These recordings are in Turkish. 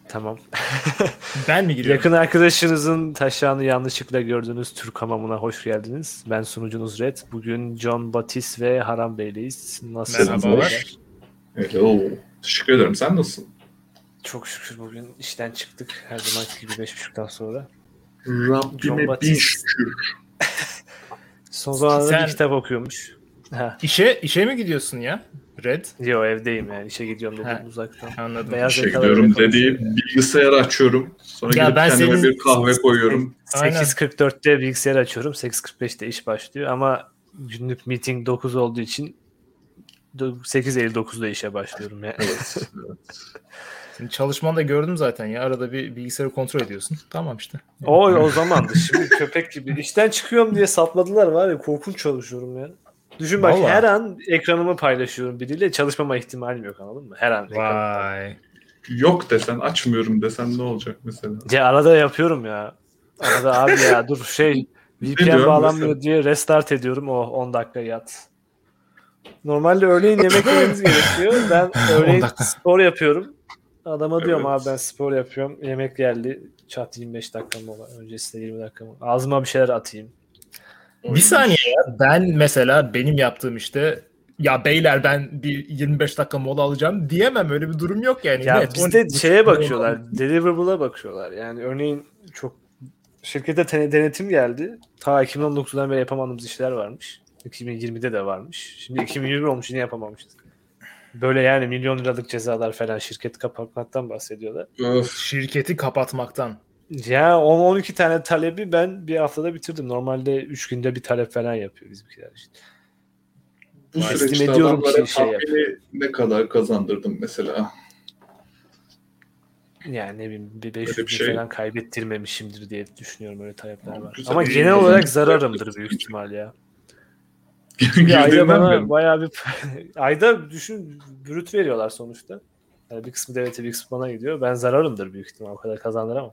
Tamam. Ben mi giriyorum? Yakın arkadaşınızın taşağını yanlışlıkla gördüğünüz Türk hamamına hoş geldiniz. Ben sunucunuz Red. Bugün John Batis ve Haram Bey'leyiz. Nasılsınız? Merhabalar. Hello. Teşekkür ederim. Sen nasılsın? Çok şükür bugün işten çıktık. Her zamanki gibi 5.30'dan sonra. Rabbime bin şükür. Son zamanlarda Sen- bir kitap okuyormuş. Ha. İşe mi gidiyorsun ya? Red? Yo, evdeyim yani. İşe gidiyorum dedim Ha. uzaktan. Anladım. Beyaz İşe yakalar gidiyorum öyle dediği konuşuyor. bilgisayarı açıyorum. Sonra Ya gidip ben kendime senin- bir kahve koyuyorum. Aynen. 8.44'te bilgisayarı açıyorum. 8.45'te iş başlıyor ama günlük meeting 9 olduğu için 8.59'da işe başlıyorum yani. Evet. Senin çalışmanı da gördüm zaten ya. Arada bir bilgisayarı kontrol ediyorsun. Tamam işte. O zamandı. Şimdi köpek gibi. İşten çıkıyorum diye sapladılar var ya, korkunç çalışıyorum ya. Düşün bak, Vallahi. her an ekranımı paylaşıyorum biriyle, çalışmama ihtimalim yok, anladın mı? Her an ekranımı. Vay. Yok desen, açmıyorum desen ne olacak mesela? Ya arada yapıyorum ya. Arada abi ya dur VPN diyorum bağlanmıyor mesela? diye restart ediyorum, o 10 dakika yat. Normalde öğleyin yemek yememiz gerekiyor. Ben 10 öğleyin dakika. spor yapıyorum. Adama diyorum Evet. abi ben spor yapıyorum. Yemek geldi. Çat 25 dakika mola. Öncesinde 20 dakika mola. Ağzıma bir şeyler atayım. Bir saniye ya. Ben mesela benim yaptığım işte ya beyler ben bir 25 dakika mola alacağım diyemem. Öyle bir durum yok yani. Ya Net, bizde 12 şeye mola bakıyorlar. Deliverable'a bakıyorlar. Yani örneğin çok şirkete denetim geldi. Ta 2019'dan beri yapamadığımız işler varmış. 2020'de de varmış. Şimdi 2020 olmuş, yine yapamamışız. Böyle yani milyon liralık cezalar falan, şirket kapatmaktan bahsediyorlar. Öf. Şirketi kapatmaktan. Ya 10-12 tane talebi ben bir haftada bitirdim. Normalde 3 günde bir talep falan yapıyor bizimkiler işte. Bu Teslim süreçte ediyorum adamlara ki şey tahmini ne kadar kazandırdım mesela? Yani ne bileyim bir 500 Öyle bir bin şey. falan kaybettirmemişimdir diye düşünüyorum, öyle talepler var. Güzel, Ama iyi genel o olarak zaman. zararımdır büyük ihtimal ya. Bir Girdiğinden ayda bana beri. bayağı bir ayda düşün, brüt veriyorlar sonuçta. Yani bir kısmı devlete, bir kısmı bana gidiyor. Ben zararımdır büyük ihtimal, o kadar kazandıramam.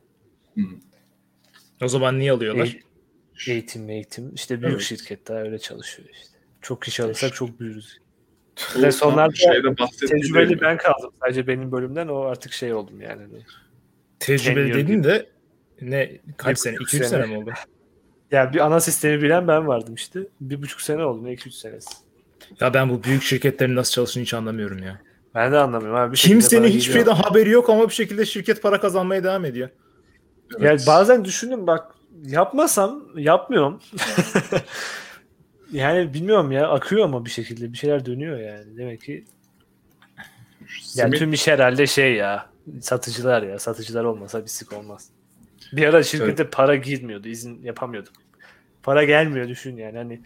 O zaman niye alıyorlar? Eğitim işte büyük Evet. şirketler öyle çalışıyor işte. Çok kişi alırsak çok büyürüz. Bu Ve sonlarda şeyde bahsettiği değil tecrübeli mi? ben kaldım. Sadece benim bölümden o artık şey oldum yani. Tecrübeli tenure dedin gibi. de ne kaç Bir sene? buçuk 2-3 sene. sene mi oldu? Yani bir ana sistemi bilen ben vardım işte. 1,5 sene oldu, ne 2-3 senesi. Ya ben bu büyük şirketlerin nasıl çalıştığını hiç anlamıyorum ya. Ben de anlamıyorum abi. Bir şekilde Kimsenin para hiçbir geliyor. şeyden haberi yok ama bir şekilde şirket para kazanmaya devam ediyor. Evet. Yani bazen düşündüm bak, yapmasam yapmıyorum. Yani bilmiyorum ya, akıyor ama bir şekilde bir şeyler dönüyor yani. Demek ki yani Simit- tüm iş herhalde şey ya, satıcılar ya. Satıcılar olmasa bir sik olmaz. Bir ara şirkete para girmiyordu, izin yapamıyorduk. Para gelmiyor, düşün yani hani.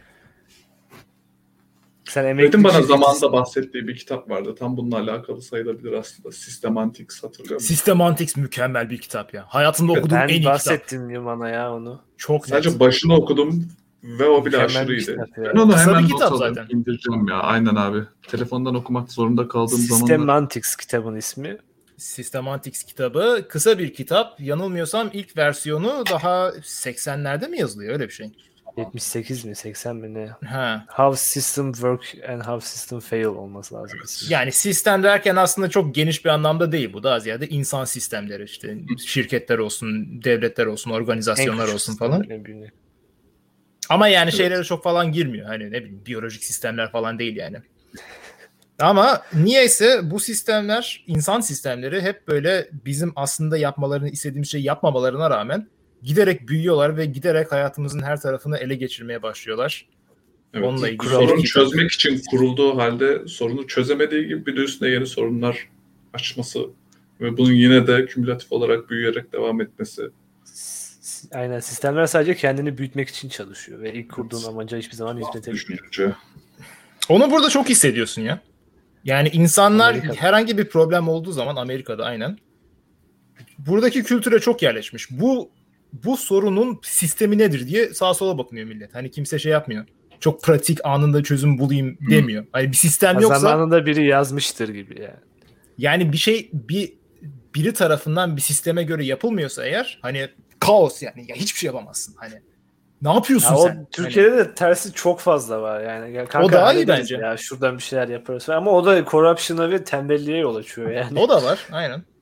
Sen emekli Red'in bana şirketisin. zamanında bahsettiği bir kitap vardı. Tam bununla alakalı sayılabilir aslında. Systemantics, hatırlıyor musun? Systematics mükemmel bir kitap ya. Hayatımda okuduğum en Ben iyi kitap. bahsettim Yumana ya onu. Çok Sadece net. başını okudum ve o bile Mükemmel bir aşırıydı. kitap ya. Ben onu Kısa hemen bir not kitap alayım, zaten. indireceğim ya. Aynen abi. Telefondan okumak zorunda kaldığım zamanlar. Systemantics kitabın ismi. Systematics kitabı kısa bir kitap. Yanılmıyorsam ilk versiyonu daha 80'lerde mi yazılıyor öyle bir şey? 78 mi 80 mi ne? Ha. How System Work and How System Fail olması lazım ismi. Yani sistem derken aslında çok geniş bir anlamda değil bu. Daha ziyade insan sistemleri işte şirketler olsun, devletler olsun, organizasyonlar küçük olsun falan. sistemler, en büyüğü. Ama yani şeylere çok falan girmiyor. Hani ne bileyim biyolojik sistemler falan değil yani. Ama niyeyse bu sistemler, insan sistemleri hep böyle bizim aslında yapmalarını istediğimiz şeyi yapmamalarına rağmen giderek büyüyorlar ve giderek hayatımızın her tarafını ele geçirmeye başlıyorlar. Evet. Onunla ilgili Sorun bir kitap. çözmek için kurulduğu halde sorunu çözemediği gibi bir de üstüne yeni sorunlar açması ve bunun yine de kümülatif olarak büyüyerek devam etmesi. Aynen, sistemler sadece kendini büyütmek için çalışıyor ve ilk kurduğun amaca hiçbir zaman hizmet etmiyor. Düşünce. Onu burada çok hissediyorsun ya. Yani insanlar Amerika'da. herhangi bir problem olduğu zaman Amerika'da aynen buradaki kültüre çok yerleşmiş. Bu sorunun sistemi nedir diye sağa sola bakınıyor millet. Hani kimse şey yapmıyor. Çok pratik anında çözüm bulayım demiyor. Hani bir sistem yoksa Zamanında biri yazmıştır gibi yani. yani bir şey biri tarafından bir sisteme göre yapılmıyorsa eğer hani kaos yani ya hiçbir şey yapamazsın hani. Ne yapıyorsun Ya sen? o Türkiye'de de tersi çok fazla var yani. Ya kanka, O daha iyi hallederiz bence. ya, şuradan bir şeyler yaparız falan. Ama o da corruption'a ve tembelliğe yol açıyor yani. O da var aynen.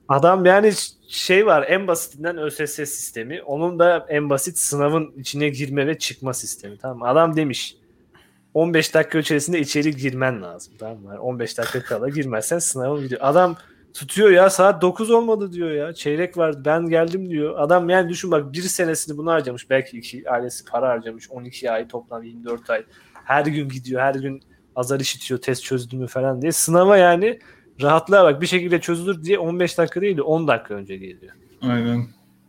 Adam yani şey var, en basitinden ÖSS sistemi. Onun da en basit sınavın içine girme ve çıkma sistemi. Tamam mı? Adam demiş 15 dakika içerisinde içeri girmen lazım. Tamam mı? 15 dakika kala girmezsen sınavın gidiyor. Adam tutuyor ya, saat 9 olmadı diyor ya. Çeyrek var, ben geldim diyor. Adam yani düşün bak, bir senesini bunu harcamış. Belki ailesi para harcamış. 12 ay toplam 24 ay. Her gün gidiyor, her gün azar işitiyor, test çözdü mü falan diye. Sınava yani rahatlığa bak, bir şekilde çözülür diye 15 dakika değil de 10 dakika önce geliyor. Aynen.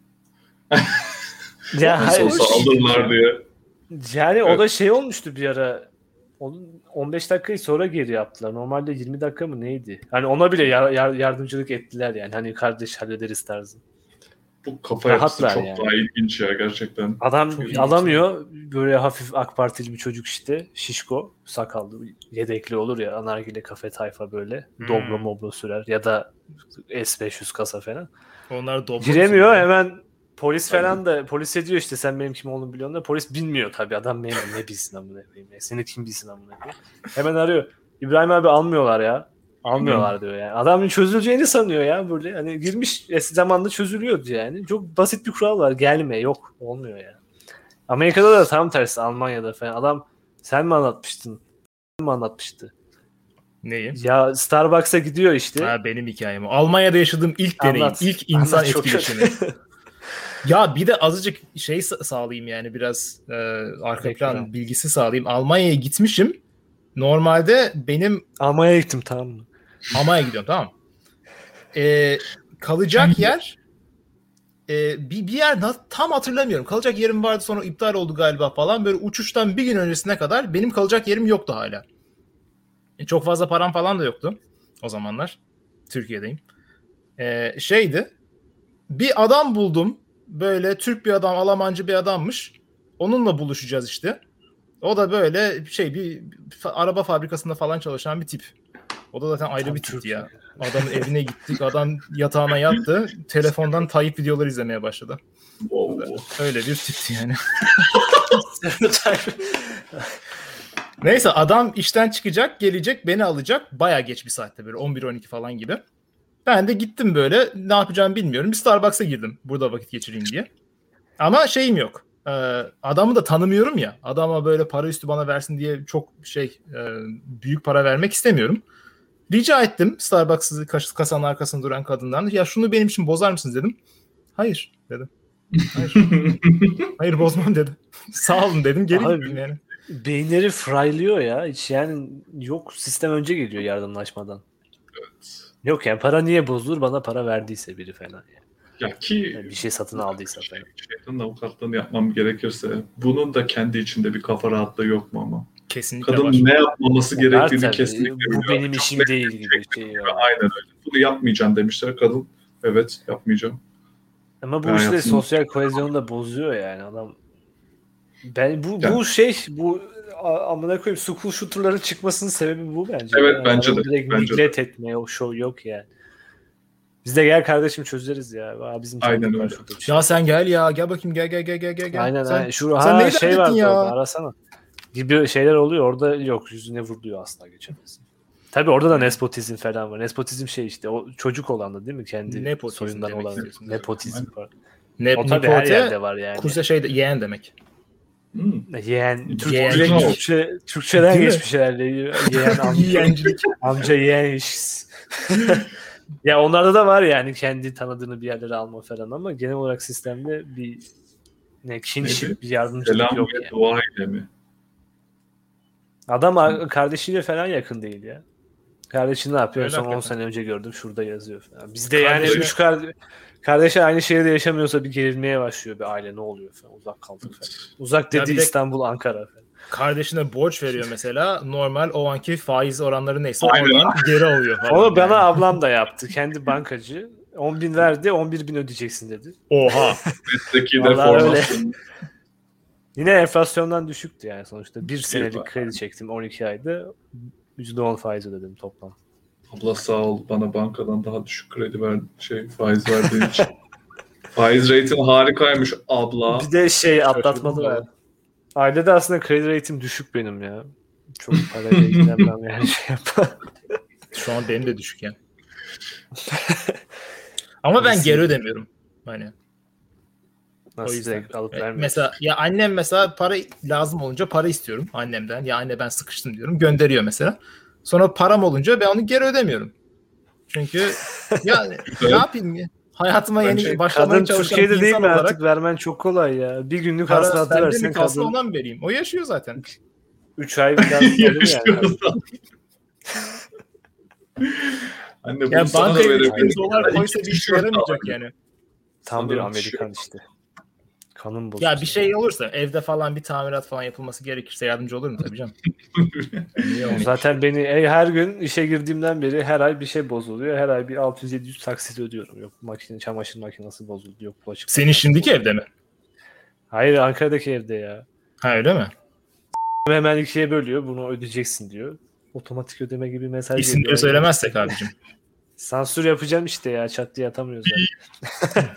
Ya Nasıl olsa alırlar diye. yani Evet. o da şey olmuştu bir ara. Onun 15 dakikayı sonra geri yaptılar. Normalde 20 dakika mı neydi? Hani ona bile yardımcılık ettiler yani. Hani kardeş hallederiz tarzı. Bu kafa yapısı Rahatlar çok yani. daha ilginç ya gerçekten. Adam Çok alamıyor. Böyle hafif AK Partili bir çocuk işte. Şişko. Sakallı. Yedekli olur ya. Anargile kafe tayfa böyle. Dobro moblo sürer. Ya da S500 kasa falan. Onlar dobro Giremiyor musun? hemen. Polis falan da polis diyor işte sen benim kim olduğumu biliyorsun da polis bilmiyor tabii. Adam memur ne bilsin amına koyayım ya. Seni kim bilsin amına koyayım. Hemen arıyor. İbrahim abi almıyorlar ya. Almıyorlar diyor yani. Adam çözüleceğini sanıyor ya böyle. Hani girmiş eski zamanda çözülüyordu yani. Çok basit bir kural var. Gelme yok. Olmuyor ya. Amerika'da da tam tersi, Almanya'da falan. Adam sen mi anlatmıştın? Sen mi anlatmıştı? Neyi? Ya Starbucks'a gidiyor işte. Ha, benim hikayem o. Almanya'da yaşadığım ilk deneyim. Anlat. İlk insan Anlat, çok etkileşimi. Ya bir de azıcık şey sağlayayım yani biraz arka plan Background. bilgisi sağlayayım. Almanya'ya gitmişim. Normalde benim Almanya'ya gittim, tamam mı? Almanya'ya gidiyorum, tamam. Kalacak yer bir yer tam hatırlamıyorum. Kalacak yerim vardı, sonra iptal oldu galiba falan. Böyle uçuştan bir gün öncesine kadar benim kalacak yerim yoktu hala. Çok fazla param falan da yoktu o zamanlar. Türkiye'deyim. Şeydi. Bir adam buldum. Böyle Türk bir adam, Almancı bir adammış. Onunla buluşacağız işte. O da böyle bir araba fabrikasında falan çalışan bir tip. O da zaten ayrı Tam bir tipti Türk ya. Adamın evine gittik. Adam yatağına yattı. Telefondan Tayyip videoları izlemeye başladı. Wow. Öyle bir tipti yani. Neyse adam işten çıkacak, gelecek, beni alacak. Bayağı geç bir saatte, böyle 11-12 falan gibi. Ben de gittim böyle, ne yapacağımı bilmiyorum. Bir Starbucks'a girdim burada vakit geçireyim diye. Ama şeyim yok. Adamı da tanımıyorum ya. Adama böyle para üstü bana versin diye çok büyük para vermek istemiyorum. Rica ettim Starbucks'ın kasanın arkasında duran kadından. Ya şunu benim için bozar mısınız dedim. Hayır dedi. Hayır. Hayır bozmam dedi. Sağ olun dedim, geri Abi, gittim yani. Beyinleri fraylıyor ya. Hiç yani yok, sistem önce geliyor yardımlaşmadan. Evet. Yok yani para niye bozulur, bana para verdiyse biri falan yani. Ya ki Yani bir şey satın aldıysa falan. şeytanın avukatlığını yapmam gerekirse bunun da kendi içinde bir kafa rahatlığı yok mu ama? Kesinlikle Kadın var. ne yapmaması Var gerektiğini tabii. kesinlikle Bu biliyor. benim Çok işim net değil bir gibi bir şekilde şey biliyor. var. Aynen öyle. Bunu yapmayacağım demişler. Kadın evet yapmayacağım. Ama bu Ben işte hayatımda- sosyal kohezyonu da bozuyor yani adam. Ben Yani- bu amına koyayım school shooter'ların çıkmasının sebebi bu bence. Evet, Yani bence adamı de, direkt bence neglect etmeye o show yok yani. Biz de gel kardeşim çözeriz ya. Aa, bizim Aynen tanıdık var öyle. şurada bir şey. Ya sen gel ya, gel bakayım, gel. Aynen sen, aynen. sen neyi Şey dert vardı ettin ya? orada, arasana. Gibi şeyler oluyor orada, yok yüzüne vuruluyor, asla geçemezsin. Tabii orada da nespotizm falan var. Nespotizm şey işte o çocuk olan da değil mi? Kendi Nepotizm soyundan demek olan. istiyorsun. Nepotizm var. Ne, O tabii her nepote, yerde var yani. kuze yeğen demek. Yeğen, Yeğen. Türkçeden Değil mi? geçmiş herhalde. Yeğen, amca, Yeğencilik. amca yeğen iş. Ya onlarda da var yani kendi tanıdığını bir yerlere alma falan, ama genel olarak sistemde bir kinship, bir yardımcılık Selam yok ve yani. dua ile mi? Adam kardeşiyle falan yakın değil ya. Kardeşi ne yapıyor? Öyle Son 10 hakikaten. sene önce gördüm şurada yazıyor falan. Bizde yani Kardeşine- 3 kardeşi aynı şehirde yaşamıyorsa bir gerilmeye başlıyor bir aile, ne oluyor falan. Uzak kaldık falan. Uzak Ya dediği bir de- İstanbul, Ankara falan. Kardeşine borç veriyor mesela. Normal o anki faiz oranları neyse Aynen. oradan geri alıyor falan. Onu bana yani. ablam da yaptı. Kendi bankacı. 10.000 verdi, 11.000 ödeyeceksin dedi. Oha. Mesleki Vallahi deformasyon. Yine enflasyondan düşüktü yani sonuçta. Bir Şey senelik var. kredi çektim 12 ayda. %10 faiz ödedim toplam. Abla sağ ol, bana bankadan daha düşük kredi faiz verdiğin için. Faiz rate'in harikaymış abla. Bir de Şaşırdım atlatmalı valla. verdi. Ailede aslında kredi rate'im düşük benim ya. Çok parayla ilgilenmem yani şey yapar. Şu an benim de düşük yani. Ama ben Nasıl? geri ödemiyorum. Hani o Nasıl yüzden. direkt alıp vermiyorsun? Mesela ya annem mesela para lazım olunca para istiyorum annemden. Ya anne ben sıkıştım diyorum. Gönderiyor mesela. Sonra param olunca ben onu geri ödemiyorum. Çünkü yani ne yapayım ya? Hayatıma Bence yeni başlamaya Kadın çalışan Türkiye'de bir değil insan mi olarak artık vermen çok kolay ya. Bir günlük para hasılatı bende mi versen kalsın kadın ona mı vereyim? O yaşıyor zaten. 3 ay bir hasılatı alır yani. Yaşıyoruz lan. Anne bunu Yani sana da bankaya verebilirim. 3000 dolar İki koysa bir işe tişört yaramayacak al. yani. Tam Sana bir bir Amerikan tişört işte. Kanın bozuk. Ya bir şey olursa evde falan bir tamirat falan yapılması gerekirse yardımcı olurum tabii canım. Niye O olmayayım? zaten beni her gün işe girdiğimden beri her ay bir şey bozuluyor. Her ay bir 600-700 taksit ödüyorum. Yok çamaşır makinesi bozuldu. Yok bulaşık Senin makinesi şimdiki bozuldu. evde mi? Hayır, Ankara'daki evde ya. Ha öyle mi? Hemen ikiye bölüyor. Bunu ödeyeceksin diyor. Otomatik ödeme gibi mesaj İsimleri geliyor. söylemezsek abicim. Sansür yapacağım işte ya. Çat diye atamıyoruz zaten.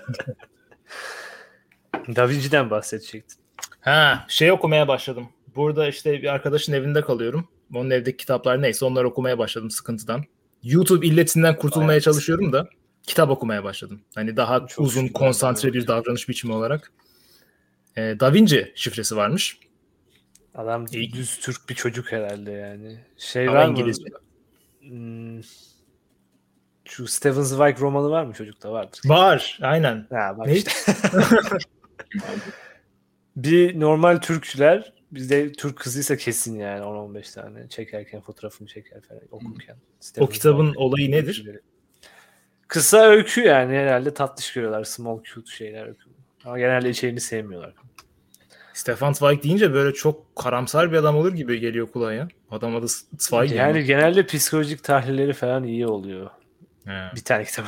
Da Vinci'den bahsedecektim. Ha şey okumaya başladım. Burada işte bir arkadaşın evinde kalıyorum. Onun evdeki kitaplar neyse onları okumaya başladım sıkıntıdan. YouTube illetinden kurtulmaya Bayağı çalışıyorum da kitap okumaya başladım. Hani daha Çok uzun, şükür. konsantre bir davranış biçimi olarak. Da Vinci şifresi varmış. Adam İyi. düz Türk bir çocuk herhalde yani. Şey Ama var mı? İngilizce. Şu Stephen Zweig romanı var mı çocukta? Vardır. Var, aynen. Ha, bak Ne? işte. Bir normal Türkçüler, bizde Türk kızıysa kesin yani 10-15 tane çekerken fotoğrafını çeker falan okurken. O kitabın Zweig olayı nedir? öyküleri. Kısa öykü yani herhalde tatlış görüyorlar. Small cute şeyler öykü. Ama genelde içeriğini sevmiyorlar. Stefan Zweig deyince böyle çok karamsar bir adam olur gibi geliyor kulağa ya. Adam adı Zweig Yani yani. genelde psikolojik tahlilleri falan iyi oluyor. He. Bir tane kitabı.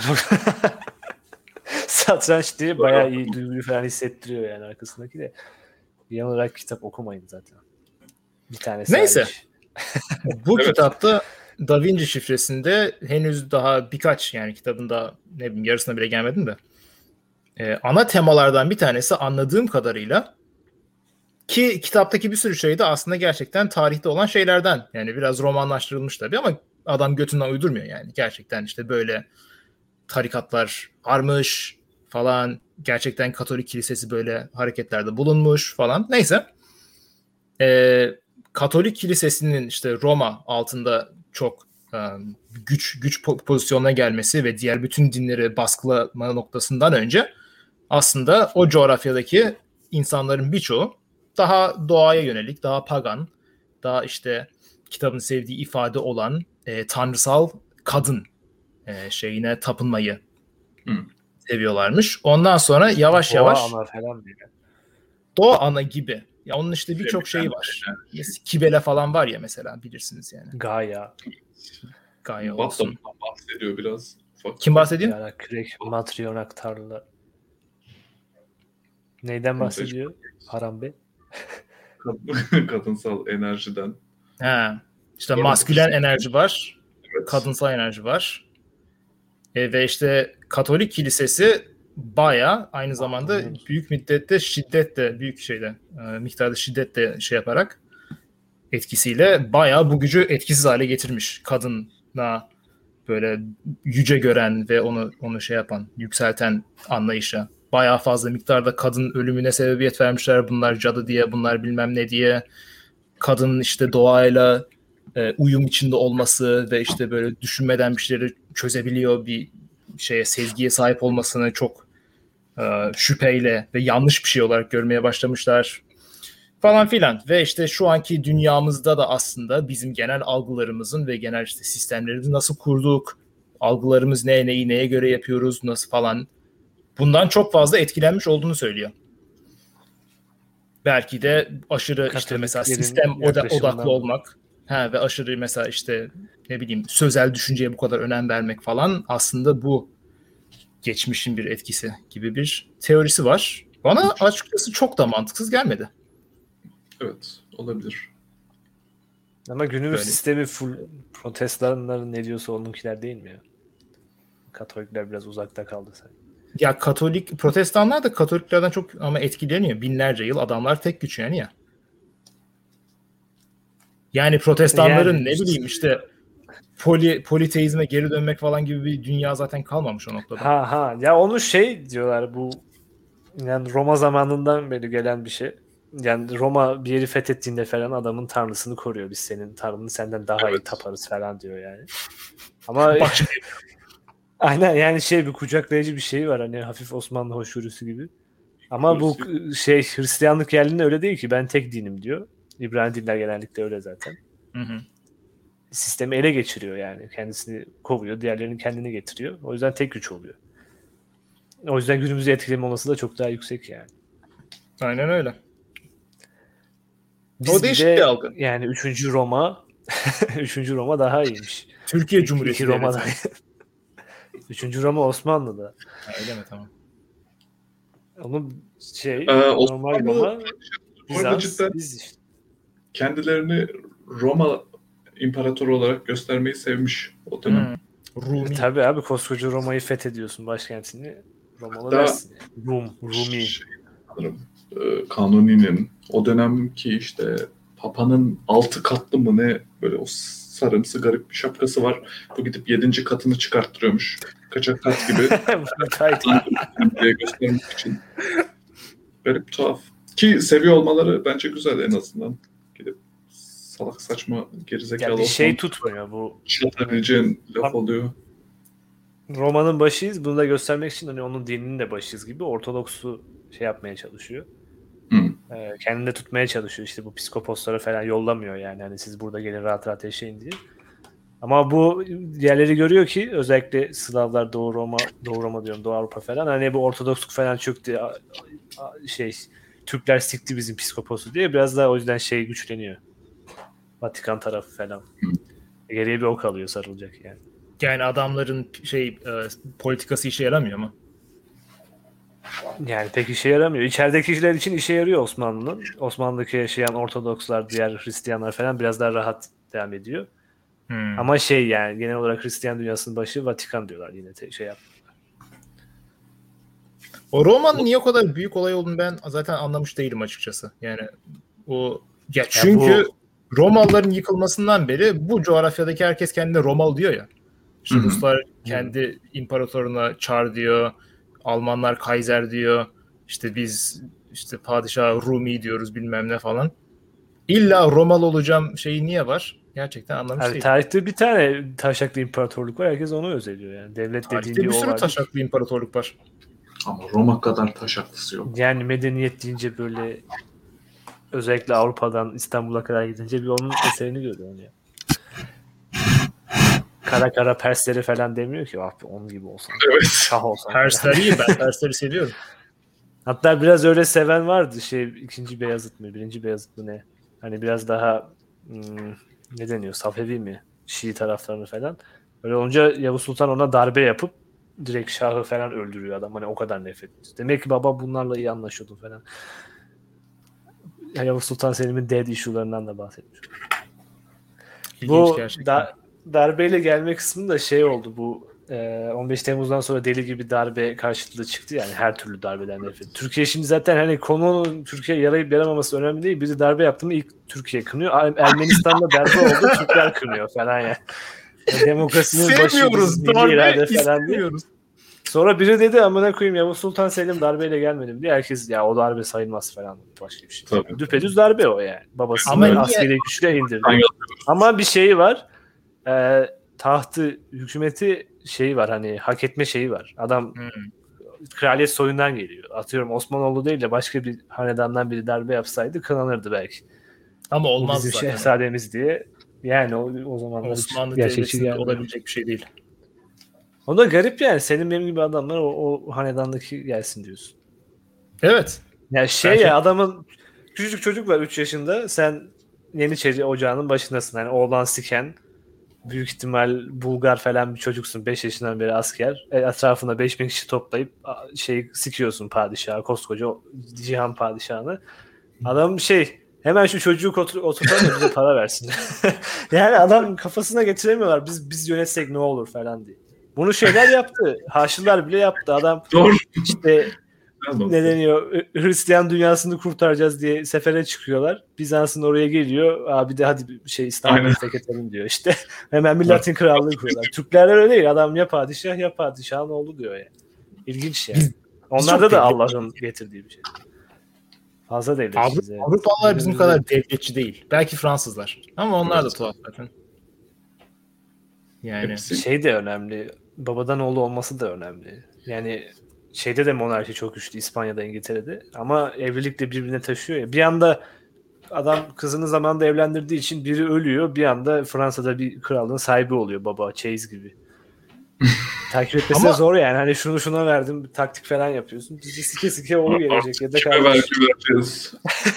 Satranç diye bayağı iyi duyguyu falan hissettiriyor yani arkasındaki de. Genel olarak kitap okumayın zaten. Bir tanesi Neyse. hariç. Bu Evet. kitapta Da Vinci şifresinde henüz daha birkaç yani kitabın da ne bileyim yarısına bile gelmedim de ana temalardan bir tanesi anladığım kadarıyla ki kitaptaki bir sürü şey de aslında gerçekten tarihte olan şeylerden yani biraz romanlaştırılmış tabii ama adam götünden uydurmuyor yani gerçekten işte böyle tarikatlar varmış falan gerçekten Katolik kilisesi böyle hareketlerde bulunmuş falan neyse. Katolik kilisesinin işte Roma altında çok güç pozisyonuna gelmesi ve diğer bütün dinleri baskılama noktasından önce aslında o coğrafyadaki insanların birçoğu daha doğaya yönelik, daha pagan, daha işte kitabın sevdiği ifade olan tanrısal kadın şeyine tapınmayı seviyorlarmış. Ondan sonra yavaş yavaş Doğa ana falan diye. Doğa ana gibi. Ya onun işte birçok şeyi var. Kibele falan var ya mesela bilirsiniz yani. Gaia. Gaia olsun. Batman'dan bahsediyor biraz. Ufak Kim bahsediyor? Yani Krek, Matryonak tarla. Neyden bahsediyor? Harambe. Kadınsal enerjiden. Ha. İşte Doğru. maskülen enerji var. Evet. Kadınsal enerji var. Ve işte Katolik kilisesi bayağı aynı zamanda büyük müddette şiddetle büyük şeyde miktarda şiddetle şey yaparak etkisiyle bayağı bu gücü etkisiz hale getirmiş. Kadına böyle yüce gören ve onu şey yapan, yükselten anlayışa. Bayağı fazla miktarda kadın ölümüne sebebiyet vermişler. Bunlar cadı diye, bunlar bilmem ne diye. Kadının işte doğayla uyum içinde olması ve işte böyle düşünmeden bir şeyleri çözebiliyor bir şeye, sezgiye sahip olmasını çok şüpheyle ve yanlış bir şey olarak görmeye başlamışlar. Falan filan ve işte şu anki dünyamızda da aslında bizim genel algılarımızın ve genel işte sistemlerimizi nasıl kurduk, algılarımız neyi neye göre yapıyoruz, nasıl falan bundan çok fazla etkilenmiş olduğunu söylüyor. Belki de aşırı işte mesela sistem odaklı olmak ve aşırı mesela işte ne bileyim sözel düşünceye bu kadar önem vermek falan aslında bu geçmişin bir etkisi gibi bir teorisi var. Bana açıkçası çok da mantıksız gelmedi. Evet, olabilir. Ama günümüz Böyle. sistemi full protestantların ne diyorsa onunkiler değil mi ya? Katolikler biraz uzakta kaldı sen. Ya protestanlar da Katoliklerden çok ama etkileniyor. Binlerce yıl adamlar tek güç yani ya. Yani protestanların ne bileyim işte politeizme geri dönmek falan gibi bir dünya zaten kalmamış o noktada. Ha ya onu şey diyorlar, bu yani Roma zamanından beri gelen bir şey. Yani Roma bir yeri fethettiğinde falan adamın tanrısını koruyor. Biz senin tanrını senden daha iyi taparız falan diyor yani. Ama Bak şimdi. aynen yani şey bir kucaklayıcı bir şey var hani hafif Osmanlı hoşgörüsü gibi. Ama bu şey Hristiyanlık yerliğinde öyle değil ki, ben tek dinim diyor. İbrani dinler genellikle öyle zaten. Hı. Sistemi ele geçiriyor yani. Kendisini kovuyor, diğerlerini kendine getiriyor. O yüzden tek güç oluyor. O yüzden günümüzü etkileme olasılığı da çok daha yüksek yani. Aynen öyle. Biz O değişik bir algı. yani 3. Roma 3. Roma daha iyiymiş. Türkiye Cumhuriyeti 2 Roma Devleti. daha 3. Roma Osmanlı'da. Ha, öyle mi? Tamam. Onun şey normal Osmanlı Roma bu arada cidden biz işte. kendilerini Roma imparatoru olarak göstermeyi sevmiş o dönem. Rumi. Tabii abi koskoca Roma'yı fethediyorsun, başkentini Romalı Hatta dersin. Rumi. Sanırım, Kanuni'nin o dönemki işte Papa'nın 6 katlı mı ne böyle o sarımsı garip bir şapkası var. Bu gidip 7. katını çıkarttırıyormuş. Kaçak kat gibi. diye göstermek için. Garip tuhaf. Ki seviyor olmaları bence güzel en azından. Gidip salak saçma gerizekalı yani bir şey olsan tutmuyor bu. çatabileceğin laf oluyor. Roma'nın başıyız. Bunu da göstermek için hani onun dininin de başıyız gibi Ortodoks'u şey yapmaya çalışıyor. Kendinde tutmaya çalışıyor. İşte bu psikoposları falan yollamıyor yani. Hani siz burada gelin rahat rahat yaşayın diye. Ama bu diğerleri görüyor ki özellikle Slavlar, Doğu Roma diyorum, Doğu Avrupa falan hani bu Ortodoksluk falan çöktü. Türkler sikti bizim psikoposu diye biraz daha o yüzden şey güçleniyor. Vatikan tarafı falan. Geriye bir ok kalıyor sarılacak yani. Yani adamların politikası işe yaramıyor mu? Yani pek işe yaramıyor. İçeridekiler için işe yarıyor Osmanlı'nın. Osmanlı'daki yaşayan Ortodokslar, diğer Hristiyanlar falan biraz daha rahat devam ediyor. Ama şey yani genel olarak Hristiyan dünyasının başı Vatikan diyorlar yine şey yap. O Roma'nın niye o kadar büyük olay olduğunu ben zaten anlamış değilim açıkçası. Yani o ya çünkü Romalıların yıkılmasından beri bu coğrafyadaki herkes kendine Romalı diyor ya. İşte Ruslar kendi imparatoruna Çar diyor. Almanlar Kaiser diyor. İşte biz işte padişah Rumi diyoruz bilmem ne falan. İlla Romalı olacağım şeyi niye var? Gerçekten anlamış değilim. Tarihte bir tane taşaklı imparatorluk var. Herkes onu özeliyor yani. Devlet Tarihte dediğin bir o sürü var. taşaklı imparatorluk var. Ama Roma kadar taşaklısı yok. Yani medeniyet deyince böyle özellikle Avrupa'dan İstanbul'a kadar gidince bir onun eserini görüyorsun ya. Kara Persleri falan demiyor ki onun gibi olsan. Evet. Şah olsan. Persler iyi, ben Persleri seviyorum. Hatta biraz öyle seven vardı. 2. Beyazıt mı? 1. Beyazıt mı ne? Hani biraz daha ne deniyor? Safevi mi? Şii taraflarını falan. Öyle olunca Yavuz Sultan ona darbe yapıp direkt Şah'ı falan öldürüyor adam. Hani o kadar nefret ediyor. Demek ki baba bunlarla iyi anlaşıyordu falan. Yavuz Sultan Selim'in dead issue'larından da bahsetmiş. Bu darbeyle gelme kısmı da şey oldu. Bu 15 Temmuz'dan sonra deli gibi darbe karşıtlığı çıktı yani her türlü darbeden nefret. Türkiye şimdi zaten hani konunun Türkiye yarayıp yaramaması önemli değil. Biri darbe yaptı mı ilk Türkiye kınıyor. Ermenistan'da darbe oldu, Türkler kınıyor falan yani. Demokrasinin başı milli irade falan diye. Sonra biri dedi amına koyayım Yavuz Sultan Selim darbeyle gelmedim diye herkes ya o darbe sayılmaz falan başka bir şey. Tabii. Düpedüz darbe o yani. Babasını askeri güçle indirdi. Ama bir şeyi var. Tahtı, hükümeti şeyi var hani hak etme şeyi var. Adam kraliyet soyundan geliyor. Atıyorum Osmanoğlu değil de başka bir hanedandan biri darbe yapsaydı kınanırdı belki. Ama olmaz bizim zaten. Şehzademiz diye. Yani o zamanlar Osmanlı Devleti'nde olabilecek bir şey değil. O da garip yani. Senin benim gibi adamlar o hanedandaki gelsin diyorsun. Evet. Yani ya adamın küçücük çocuk var 3 yaşında. Sen Yeniçeri ocağının başındasın. Hani oğlan siken büyük ihtimal Bulgar falan bir çocuksun. 5 yaşından beri asker. Etrafına 5000 kişi toplayıp sikiyorsun padişahı. Koskoca cihan padişahını. Adam hemen şu çocuğu oturtalım da bize para versin. Yani adam kafasına getiremiyorlar. Biz yönetsek ne olur falan diye. Bunu şeyler yaptı. Haçlılar bile yaptı. Adam Doğru. işte ne deniyor? Hristiyan dünyasını kurtaracağız diye sefere çıkıyorlar. Bizans'ın oraya geliyor. Abi de hadi İstanbul'u fethedelim diyor işte. Hemen bir Latin krallığı kuruyorlar. Türklerden öyle değil. Adam ya padişah ya padişahın oğlu diyor yani. İlginç yani. Onlarda da Allah'ın getirdiği bir şey. Fazla devletçiyiz. Avrupalılar bizim kadar devletçi değil. Belki Fransızlar. Ama onlar da tuhaf zaten. Yani şey de önemli. Babadan oğlu olması da önemli. Yani şeyde de monarşi çok güçlü. İspanya'da, İngiltere'de. Ama evlilik de birbirine taşıyor ya. Bir anda adam kızını zamanında evlendirdiği için biri ölüyor. Bir anda Fransa'da bir krallığın sahibi oluyor baba. Çeyiz gibi. Takip etmesi zor yani. Hani şunu şuna verdim. Bir taktik falan yapıyorsun. Bizi sike sike oğlu gelecek ya da kardeş.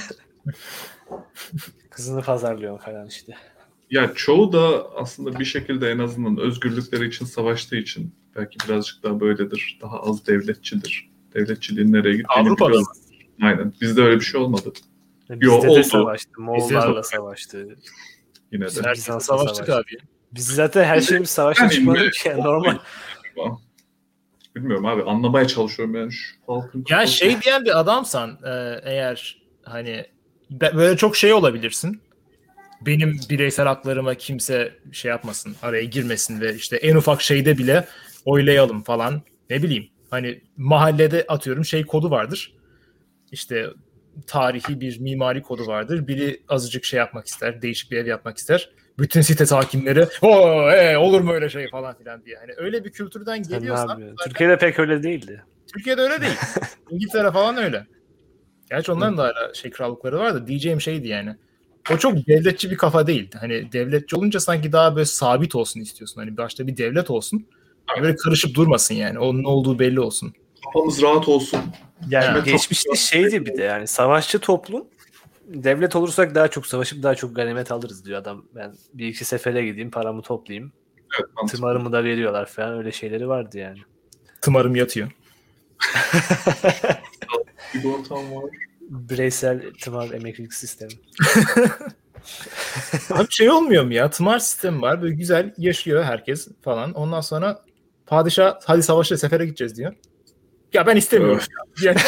Kızını pazarlıyor falan işte. Ya çoğu da aslında bir şekilde en azından özgürlükleri için savaştığı için belki birazcık daha böyledir. Daha az devletçidir. Devletçiliğin nereye gittiğini biliyorlar. Aynen. Bizde öyle bir şey olmadı. Bizde de savaştı. Moğollarla savaştı. Yine de. Bizans'la savaştık abi. Biz zaten her şeyimiz savaşa çıkmadık ki. Normal. Bilmiyorum abi. Anlamaya çalışıyorum yani şu halkın. Ya şey diyen bir adamsan eğer hani böyle çok şey olabilirsin. Benim bireysel haklarıma kimse şey yapmasın, araya girmesin ve işte en ufak şeyde bile oylayalım falan. Ne bileyim. Hani mahallede atıyorum şey kodu vardır. İşte tarihi bir mimari kodu vardır. Biri azıcık şey yapmak ister, değişik bir ev yapmak ister. Bütün site hakimleri olur mu öyle şey falan filan diye. Hani öyle bir kültürden geliyorsan. Türkiye'de pek öyle değildi. Türkiye'de öyle değil. İngiltere falan öyle. Gerçi onların da hala krallıkları var da diyeceğim şeydi yani. O çok devletçi bir kafa değil. Hani devletçi olunca sanki daha böyle sabit olsun istiyorsun. Hani başta bir devlet olsun. Hani böyle karışıp durmasın yani. Onun ne olduğu belli olsun. Kafamız rahat olsun. Yani geçmişte şeydi bir de yani savaşçı toplum. Devlet olursak daha çok savaşıp daha çok ganimet alırız diyor adam. Ben bir iki sefere gideyim, paramı toplayayım. Evet, tımarımı da veriyorlar falan, öyle şeyleri vardı yani. Tımarım yatıyor. Bir ortam var. Bireysel tımar emeklilik sistemi. Abi şey olmuyor mu ya? Tımar sistemi var. Böyle güzel yaşıyor herkes falan. Ondan sonra padişah hadi savaşa sefere gideceğiz diyor. Ya ben istemiyorum. Yani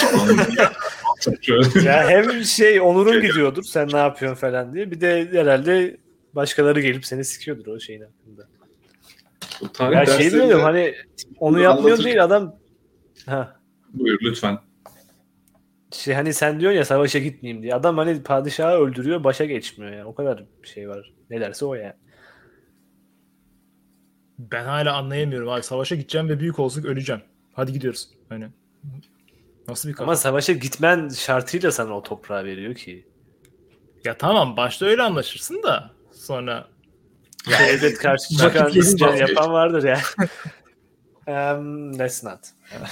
ya hem şey onurun gidiyordur sen ne yapıyorsun falan diye. Bir de herhalde başkaları gelip seni sikiyordur o şeyin hakkında. Ya şey diyorum hani onu yapmıyor değil adam. Ha. Buyur lütfen. Şey hani sen diyorsun ya savaşa gitmeyeyim diye. Adam hani padişahı öldürüyor, başa geçmiyor yani. O kadar bir şey var. Ne derse o yani. Ben hala anlayamıyorum abi. Savaşa gideceğim ve büyük olsun öleceğim. Hadi gidiyoruz. Hani nasıl bir kafa? Ama savaşa gitmen şartıyla sana o toprağı veriyor ki. Ya tamam başta öyle anlaşırsın da sonra ya devlet karşı çıkan yapan vardır ya. Let's not.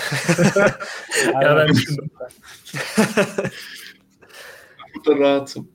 Ya ben düşündüm. Burada rahatım.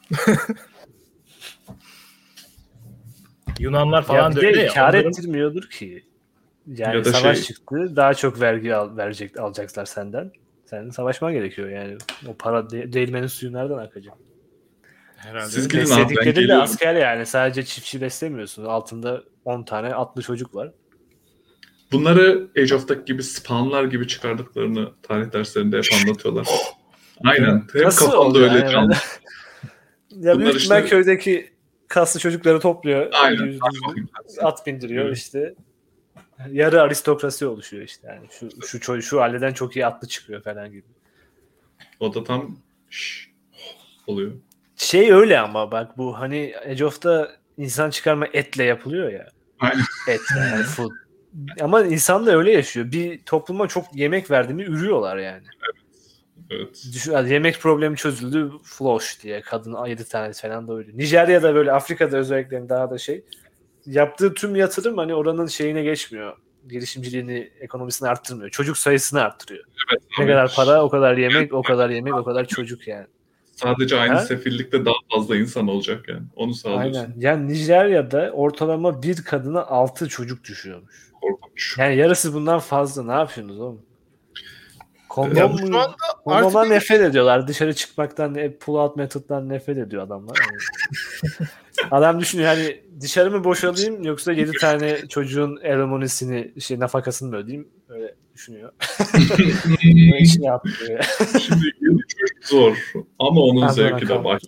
Yunanlar falan ya da öyle ya. Kâr ettirmiyordur ki. Yani ya da savaş çıktı. Daha çok vergi alacaklar senden. Senin savaşman gerekiyor yani. O para değirmenin suyu nereden akacak? Herhalde. Siz gidin besledikleri de asker yani. Sadece çiftçi beslemiyorsun. Altında 10 tane atlı çocuk var. Bunları Age of'taki gibi spawnlar gibi çıkardıklarını tarih derslerinde hep anlatıyorlar. Aynen. Hep nasıl kafamda öyle yani? canlı. Ya büyük ihtimal köydeki kaslı çocukları topluyor. Aynen. At bindiriyor işte. Yarı aristokrasi oluşuyor işte yani. Şu aileden çok iyi atlı çıkıyor falan gibi. O da tam oluyor. Şey öyle ama bak bu hani Age of'ta insan çıkarma etle yapılıyor ya. Aynen. Et yani food. Ama insan da öyle yaşıyor. Bir topluma çok yemek verdiğini ürüyorlar yani. Evet. Düşün, yemek problemi çözüldü floş diye. Kadın 7 tane falan da öyle. Nijerya'da böyle Afrika'da özellikle daha da şey. Yaptığı tüm yatırım hani oranın şeyine geçmiyor. Girişimciliğini, ekonomisini arttırmıyor. Çocuk sayısını arttırıyor. Evet, ne kadar para, o kadar yemek, o kadar yemek, o kadar çocuk yani. Sadece aynı sefillikte daha fazla insan olacak yani. Onu sağlıyorsun. Aynen. Yani Nijerya'da ortalama bir kadına 6 çocuk düşüyormuş. Korkunç. Yani yarısı bundan fazla. Ne yapıyorsunuz oğlum? Kondomdan nefret ediyorlar. Dışarı çıkmaktan, pull out method'dan nefret ediyor adamlar. Yani. Adam düşünüyor hani dışarı mı boşalayım yoksa 7 tane çocuğun alimony'sini nafakasını mı ödeyeyim? Öyle düşünüyor. Bunun için yapıyor. Şimdi yeni çocuk zor ama onun zevki de var.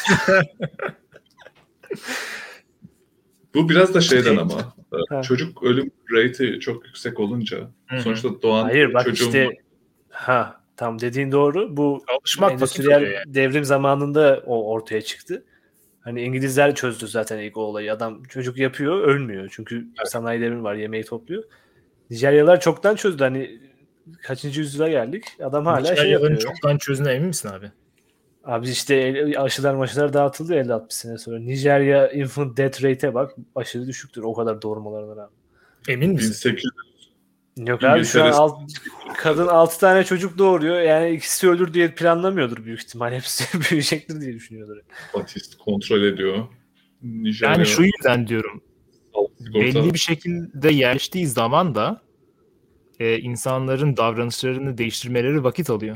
Bu biraz da şeyden ama çocuk ölüm rate'i çok yüksek olunca sonuçta doğan Hayır bak çocuğun işte tam dediğin doğru. Bu Alışmak endüstriyel devrim zamanında o ortaya çıktı. Hani İngilizler çözdü zaten ilk o olayı. Adam çocuk yapıyor, ölmüyor. Çünkü sanayi devrimi var, yemeği topluyor. Nijeryalılar çoktan çözdü. Hani kaçıncı yüzyıla geldik? Adam hala şey yapıyor. Çoktan çözdüğüne emin misin abi? Abi işte aşılar dağıtıldı 50-60 sene sonra. Nijerya infant death rate'e bak, aşırı düşüktür o kadar doğurmalarına rağmen. Emin misin? 1800 Yok abi şu an kadın 6 tane çocuk doğuruyor. Yani ikisi ölür diye planlamıyordur büyük ihtimal. Hepsi büyüyecektir diye düşünüyordur. Batist kontrol ediyor. Nijerya, yani şu yüzden diyorum. Belli bir şekilde yerleştiği zaman da insanların davranışlarını değiştirmeleri vakit alıyor.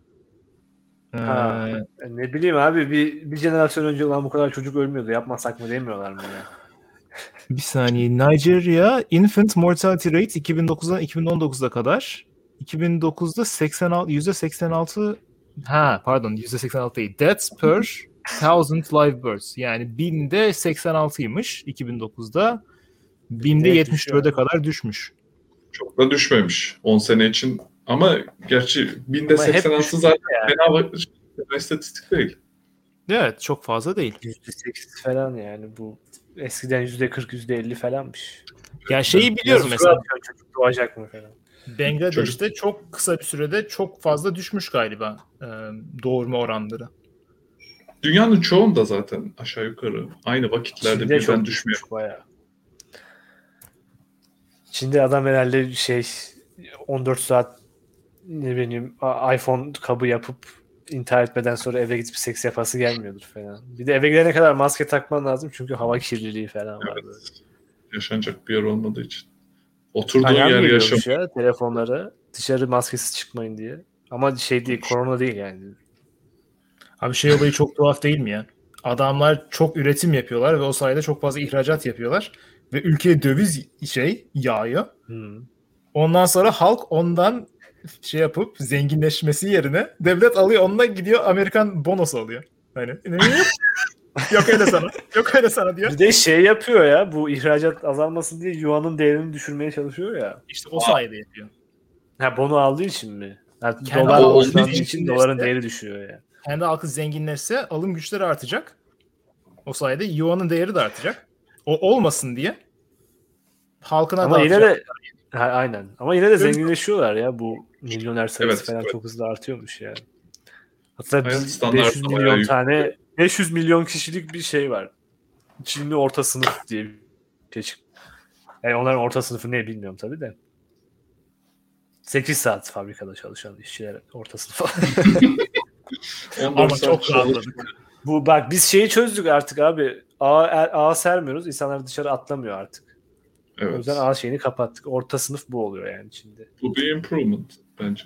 Ne bileyim abi bir jenerasyon önce olan bu kadar çocuk ölmüyordu. Yapmasak mı demiyorlar mı ya? Bir saniye. Nigeria infant mortality rate 2009'dan 2019'a kadar 2009'da %86 %86 değil. Deaths per 1000 live births. Yani 1000'de 86'ymış 2009'da. 1000'de 74'e kadar düşmüş. Çok da düşmemiş 10 sene için. Ama gerçi 1000'de 86 zaten fena bir istatistik değil. Evet, çok fazla değil. %8 falan yani bu eskiden %40 %50 falanmış. Ya şeyi biliyorum mesela. Çocuk doğacak mı falan. Bangladeş'te çok kısa bir sürede çok fazla düşmüş galiba doğurma oranları. Dünyanın çoğunda zaten aşağı yukarı aynı vakitlerde Çin'de birden düşmüyor. Bayağı. Çin'de adam herhalde 14 saat ne bileyim iPhone kabı yapıp intihar etmeden sonra eve gidip seks yapası gelmiyordur falan. Bir de eve gidene kadar maske takman lazım çünkü hava kirliliği falan var. Evet. Böyle. Yaşanacak bir yer olmadığı için. Oturduğun yer yaşamıyor. Ya telefonlara dışarı maskesiz çıkmayın diye. Ama değil, korona değil yani. Abi şey olayı çok tuhaf değil mi ya? Adamlar çok üretim yapıyorlar ve o sayede çok fazla ihracat yapıyorlar. Ve ülkeye döviz yağıyor. Ondan sonra halk ondan yapıp zenginleşmesi yerine devlet alıyor ondan gidiyor Amerikan bonosu alıyor. Hani yok öyle sana. Yok öyle sana diyor. Bir de yapıyor ya bu ihracat azalmasın diye yuanın değerini düşürmeye çalışıyor ya. İşte o sayede yapıyor. Bono aldığı için mi? Dolar oluştuğu için doların değeri düşüyor ya. Kendi halkı zenginleşse alım güçleri artacak. O sayede yuanın değeri de artacak. O olmasın diye halkına ama yine de aynen. Ama yine de zenginleşiyorlar ya bu milyoner sayısı falan çok hızlı artıyormuş yani. Hatta 500 milyon tane 500 milyon kişilik bir şey var. Çinli orta sınıf diye bir şey çıktı. Yani onların orta sınıfı ne bilmiyorum tabii de. 8 saat fabrikada çalışan işçiler orta sınıf. Ama çok rahatladık. Bu bak biz çözdük artık abi. Ağa sermiyoruz. İnsanlar dışarı atlamıyor artık. Evet. O yüzden ağ şeyini kapattık. Orta sınıf bu oluyor yani Çin'de. Bu bir improvement bence.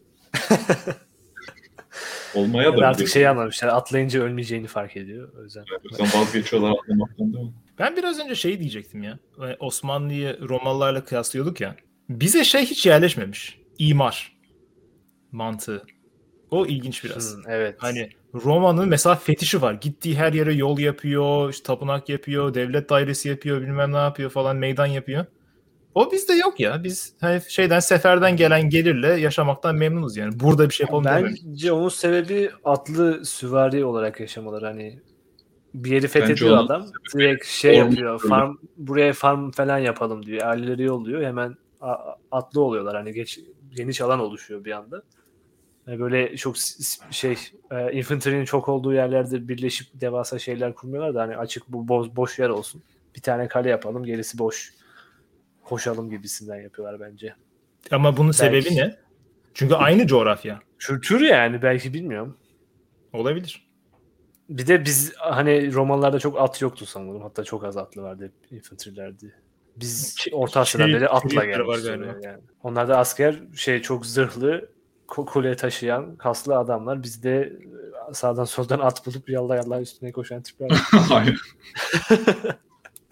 Olmaya da artık anlamışlar. Atlayınca ölmeyeceğini fark ediyor. O yüzden. Evet, o yüzden vazgeçiyorlar atlamaktan değil mi? Ben biraz önce diyecektim ya. Osmanlı'yı Romalılarla kıyaslıyorduk ya. Bize hiç yerleşmemiş. İmar mantığı. O ilginç biraz. Evet. Hani Roma'nın mesela fetişi var. Gittiği her yere yol yapıyor, tapınak yapıyor, devlet dairesi yapıyor, bilmem ne yapıyor falan, meydan yapıyor. O bizde yok ya. Biz seferden gelen gelirle yaşamaktan memnunuz yani. Burada bir şey yapalım dememiş. Bence onun sebebi atlı süvari olarak yaşamaları. Hani bir yeri fethediyor adam. Direkt yapıyor. Buraya farm falan yapalım diyor. Aileleri yolluyor. Hemen atlı oluyorlar. Hani geniş alan oluşuyor bir anda. Yani böyle çok infantry'nin çok olduğu yerlerde birleşip devasa şeyler kurmuyorlar da hani açık boş yer olsun. Bir tane kale yapalım. Gerisi boş. Koşalım gibisinden yapıyorlar bence. Ama bunun sebebi ne? Çünkü aynı coğrafya. Kültür yani belki bilmiyorum. Olabilir. Bir de biz hani Romalılarda çok at yoktu sanırım. Hatta çok az atlı vardı. Infantry'lerdi. Biz Orta Asya'dan beri atla geldik. Yani. Onlarda asker çok zırhlı, kule taşıyan kaslı adamlar. Bizde sağdan soldan at bulup yalla üstüne koşan tipler.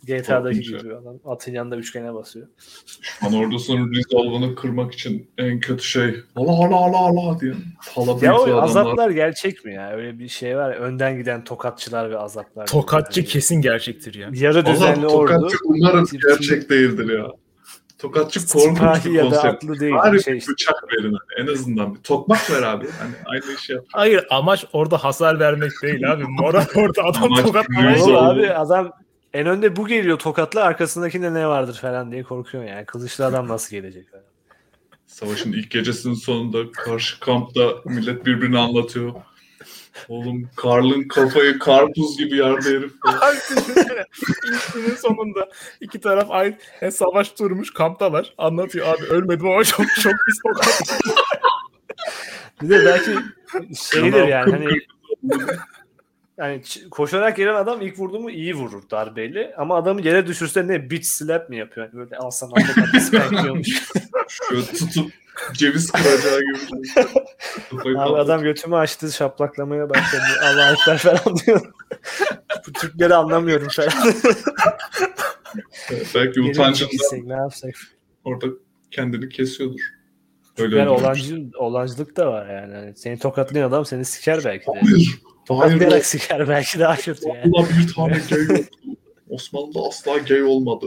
GTA'daki Korkunç gibi adam atın yanında üçgene basıyor. Düşman ordusunun resolve'ını kırmak için en kötü şey Allah diye pala Ya büyüklü o adamlar. azaplar gerçek mi ya? Öyle bir şey var ya, önden giden tokatçılar ve azaplar. Tokatçı Yani kesin gerçektir ya. yarı düzenli Allah, ordu. Tokatçı umarım tip- gerçek değildir ya. Tokatçı korkunç Sipahi bir ya da konsept. atlı değil. Bari Şey bir işte. bıçak verin en azından. Bir tokmak ver abi. Hani aynı işi yap. Hayır, amaç orada hasar vermek değil abi. Moral orada adam Amaç tokatlamaya yüz Oğlum oldu. abi adam en önde bu geliyor tokatla, arkasındakinde ne vardır falan diye korkuyorsun yani. Kılıçlı adam nasıl gelecek falan. Savaşın ilk gecesinin sonunda karşı kampta millet birbirini anlatıyor. Oğlum Karl'ın kafayı karpuz gibi yardı herif. Abi düşünsene. İlk günün sonunda iki taraf aynı savaş durmuş, kamptalar. Anlatıyor abi, ölmedim ama çok pis tokat. Bir de belki şeydir yani hani Kıpkırmızı. yani koşarak gelen adam ilk vurdu mu iyi vurur darbeyle, ama adamı yere düşürse ne bitch slap mi yapıyor? Yani böyle alsan tokatla spankliyormuş. Şöyle tutup ceviz kıracağı gibi. Kafayı Abi adam götümü açtı, şaplaklamaya başladı. Allah ekber falan diyor. Bu Türkleri anlamıyorum falan. Belki Geri mi utancından çekilsek, ne yapsak? orada kendini kesiyordur. Öyle Yani öldürmüş. olancılık da var yani. Hani seni tokatlayan adam seni siker belki de. Hayır. Tokatlayarak siker belki daha kötü yani. Allah bir tane gay yoktu. Osmanlı'da asla gay olmadı.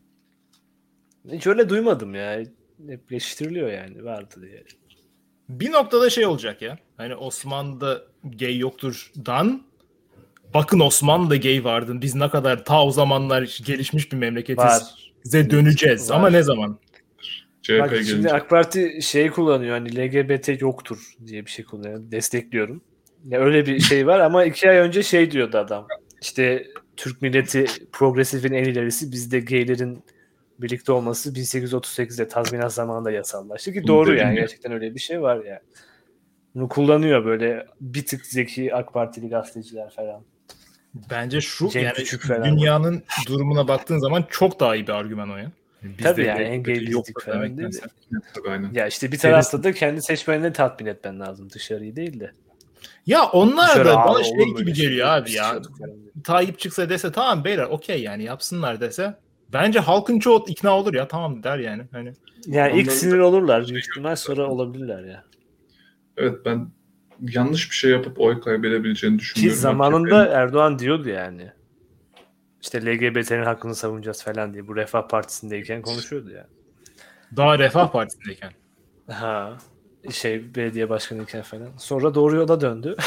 Hiç öyle duymadım ya. Hep geçiştiriliyor yani, vardı diye. Bir noktada şey olacak ya. Hani Osmanlı'da gay yokturdan, bakın Osmanlı'da gay vardı. Biz ne kadar ta o zamanlar gelişmiş bir memleketiz. Var. Bize döneceğiz. Var. Ama ne zaman? CHP Bak şimdi gelince. AK Parti şey kullanıyor, hani LGBT yoktur diye bir şey kullanıyor. Destekliyorum. Ya öyle bir şey var ama 2 ay önce şey diyordu adam. İşte Türk milleti progresifin en ilerisi, bizde gaylerin birlikte olması 1838'de tazminat zamanında yasallaştı ki Bunu doğru dedim yani, ya. gerçekten öyle bir şey var ya. Bunu kullanıyor böyle bir tık zeki AK Partili gazeteciler falan. Bence şu Cem yani Küçük falan. dünyanın durumuna baktığın zaman çok daha iyi bir argüman o ya. Bizde Tabii yani en LGBT gay yoktur bizdik falan değil demektense. de. Tabii aynen. Ya işte bir tarafta da kendi seçmenini tatmin etmen lazım, dışarıyı değil de. Ya onlar Dışarı da bana olur şey böyle gibi şey, geliyor abi ya. istiyorduk falan diye. Tayyip çıksa dese tamam beyler okey yani yapsınlar dese. Bence halkın çoğu ikna olur ya, tamam der yani. Hani Yani ilk Onların sinir olurlar büyük ihtimal, sonra olabilirler ya. Evet, ben yanlış bir şey yapıp oy kaybedebileceğini Ki düşünmüyorum. zamanında Erdoğan diyordu yani. İşte LGBT'nin hakkını savunacağız falan diye. Bu Refah Partisi'ndeyken konuşuyordu ya. daha Refah Partisi'ndeyken. Ha. Şey, belediye başkanıyken falan. Sonra doğru yola döndü.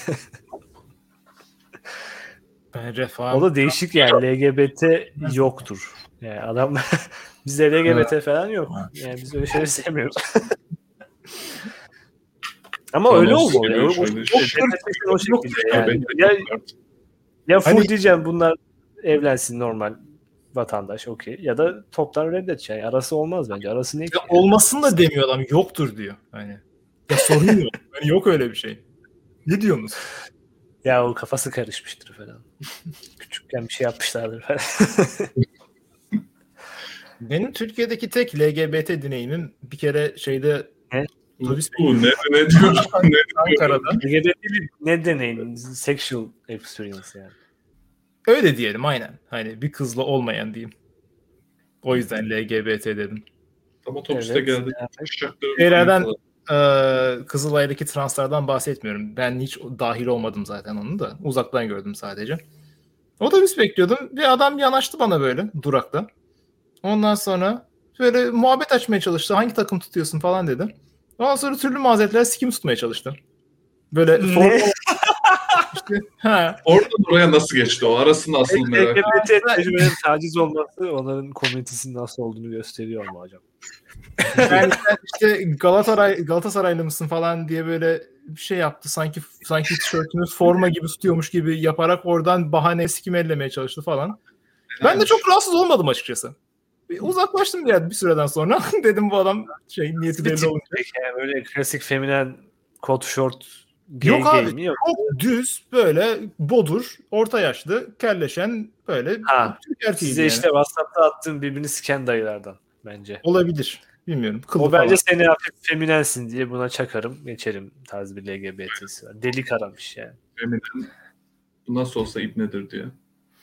Ben Refah... O da değişik yani. LGBT yoktur. Yani adam bizde LGBT falan yok. Yani biz öyle şeyleri sevmiyoruz. Ama öyle Thanos olmalı. geliyor O şöyle, o şekilde yani. Ya full Hani- diyeceğim bunlar evlensin, normal vatandaş okey. Ya da toptan reddet yani. Arası olmaz bence. Arası ne ki? Ya olmasın da demiyor adam, yoktur diyor. Hani ya sorun yok. Hani yok öyle bir şey. Ne diyorsunuz? Ya o kafası karışmıştır falan. Küçükken bir şey yapmışlardır falan. Benim Türkiye'deki tek LGBT deneyimim bir kere şeyde Ne? otobüs Bu ne diyor? Ne diyor? Ankara'da. LGBT ne deneyin? Sexual experience yani. Öyle diyelim aynen. Hani bir kızla olmayan diyeyim. O yüzden LGBT dedim. Tam otobüste Evet. geldik. Şeylerden Kızılay'daki translardan bahsetmiyorum. Ben hiç dahil olmadım zaten, onu da. Uzaktan gördüm sadece. Otobüs bekliyordum. Bir adam yanaştı bana böyle durakta. Ondan sonra böyle muhabbet açmaya çalıştı. Hangi takım tutuyorsun falan dedi. Ondan sonra türlü mazeretler sikim tutmaya çalıştı. Böyle forma işte, ha. Oradan oraya nasıl geçti o? Arasını asıl merak ediyorum. LGBT tecrübenin taciz olması onların komünitesinin nasıl olduğunu gösteriyor mu hocam? Yani sen işte Galatasaraylı mısın falan diye böyle bir şey yaptı. Sanki tişörtünüz forma gibi tutuyormuş gibi yaparak oradan bahane sikim ellemeye çalıştı falan. Ben de çok rahatsız olmadım açıkçası. Uzaklaştım bir süreden sonra. Dedim bu adam niyeti belli olunca. Yani böyle klasik feminen kot şort gay Yok gay abi. mi? Yok. Çok düz böyle bodur, orta yaşlı, kelleşen böyle Ha. Türk erkeğiydi Size yani. işte WhatsApp'ta attığım birbirini siken dayılardan bence. Olabilir. Bilmiyorum. Kıllı O bence falan. seni hafif feminensin diye buna çakarım. Geçerim tarzı bir LGBT'si var. Delik aramış yani. Feminen bu nasıl olsa ibnedir diye.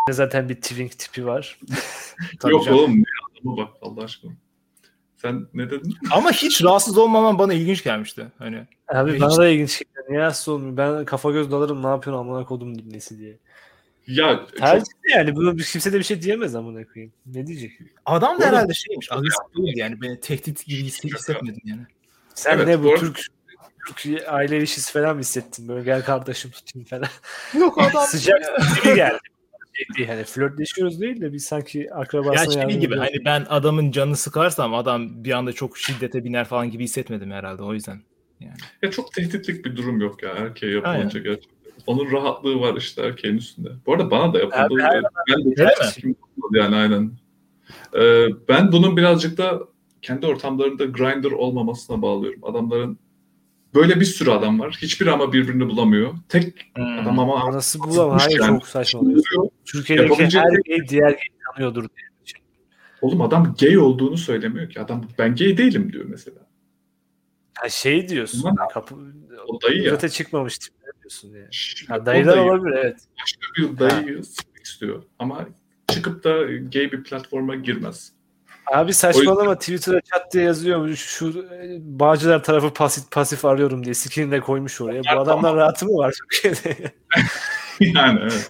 zaten bir twink tipi var. Yok canım. oğlum, ne adama bak Allah aşkına. Sen ne dedin? Ama hiç rahatsız olmaman bana ilginç gelmişti. Hani Abi hiç- bana da ilginç geliyor. Niye hasta olmuyor? Ben kafa göz dalarım, ne yapıyorsun amına kodum dinlesi diye. Ya Tercih çok yani bunu kimse de bir şey diyemez amına koyayım. Ne diyecek? adam da Bu arada- herhalde şeymiş. Agresif değil yani. Beni tehdit gibi hissetmedim yani. Sen Evet, ne bu bu arada- Türk aile ilişkisi falan mı hissettin? Böyle gel kardeşim tutayım falan. Yok adam. Sıcak gibi geldi. Değil, hani flörtleşiyoruz değil de biz sanki akrabasına Ya yardım gibi ediyoruz. hani ben adamın canını sıkarsam adam bir anda çok şiddete biner falan gibi hissetmedim herhalde o yüzden. Yani. Ya çok tehditlik bir durum yok ya erkeğe Aynen. yapılınca gerçekten. Onun rahatlığı var işte erkeğin üstünde. Bu arada bana da yapıldı. Abi, Ben de öyle kim yapmadı yani aynen. Ben bunun birazcık da kendi ortamlarında Grindr olmamasına bağlıyorum. Adamların böyle bir sürü adam var. Hiçbiri ama birbirini bulamıyor. Tek adam ama Nasıl bulamam? Hayır yani. çok saçma oluyor. Buluyor. Türkiye'deki Yapabileceği her tek- gay diğer gay tanıyordur diye. Oğlum adam gay olduğunu söylemiyor ki. Adam ben gay değilim diyor mesela. Ha şey diyorsun. Ulan Yani kapı O dayı ya. Özete çıkmamış tipler diyorsun yani. Şimdi Ha, o dayılar dayı olabilir evet. başka bir dayıyı sıkmak istiyor. Ama çıkıp da gay bir platforma girmez. Abi saçmalama Twitter'a chat diye yazıyor. Şu Bağcılar tarafı pasif arıyorum diye skinini de koymuş oraya. Bu adamlar rahatı mı var Türkiye'de? Yani evet.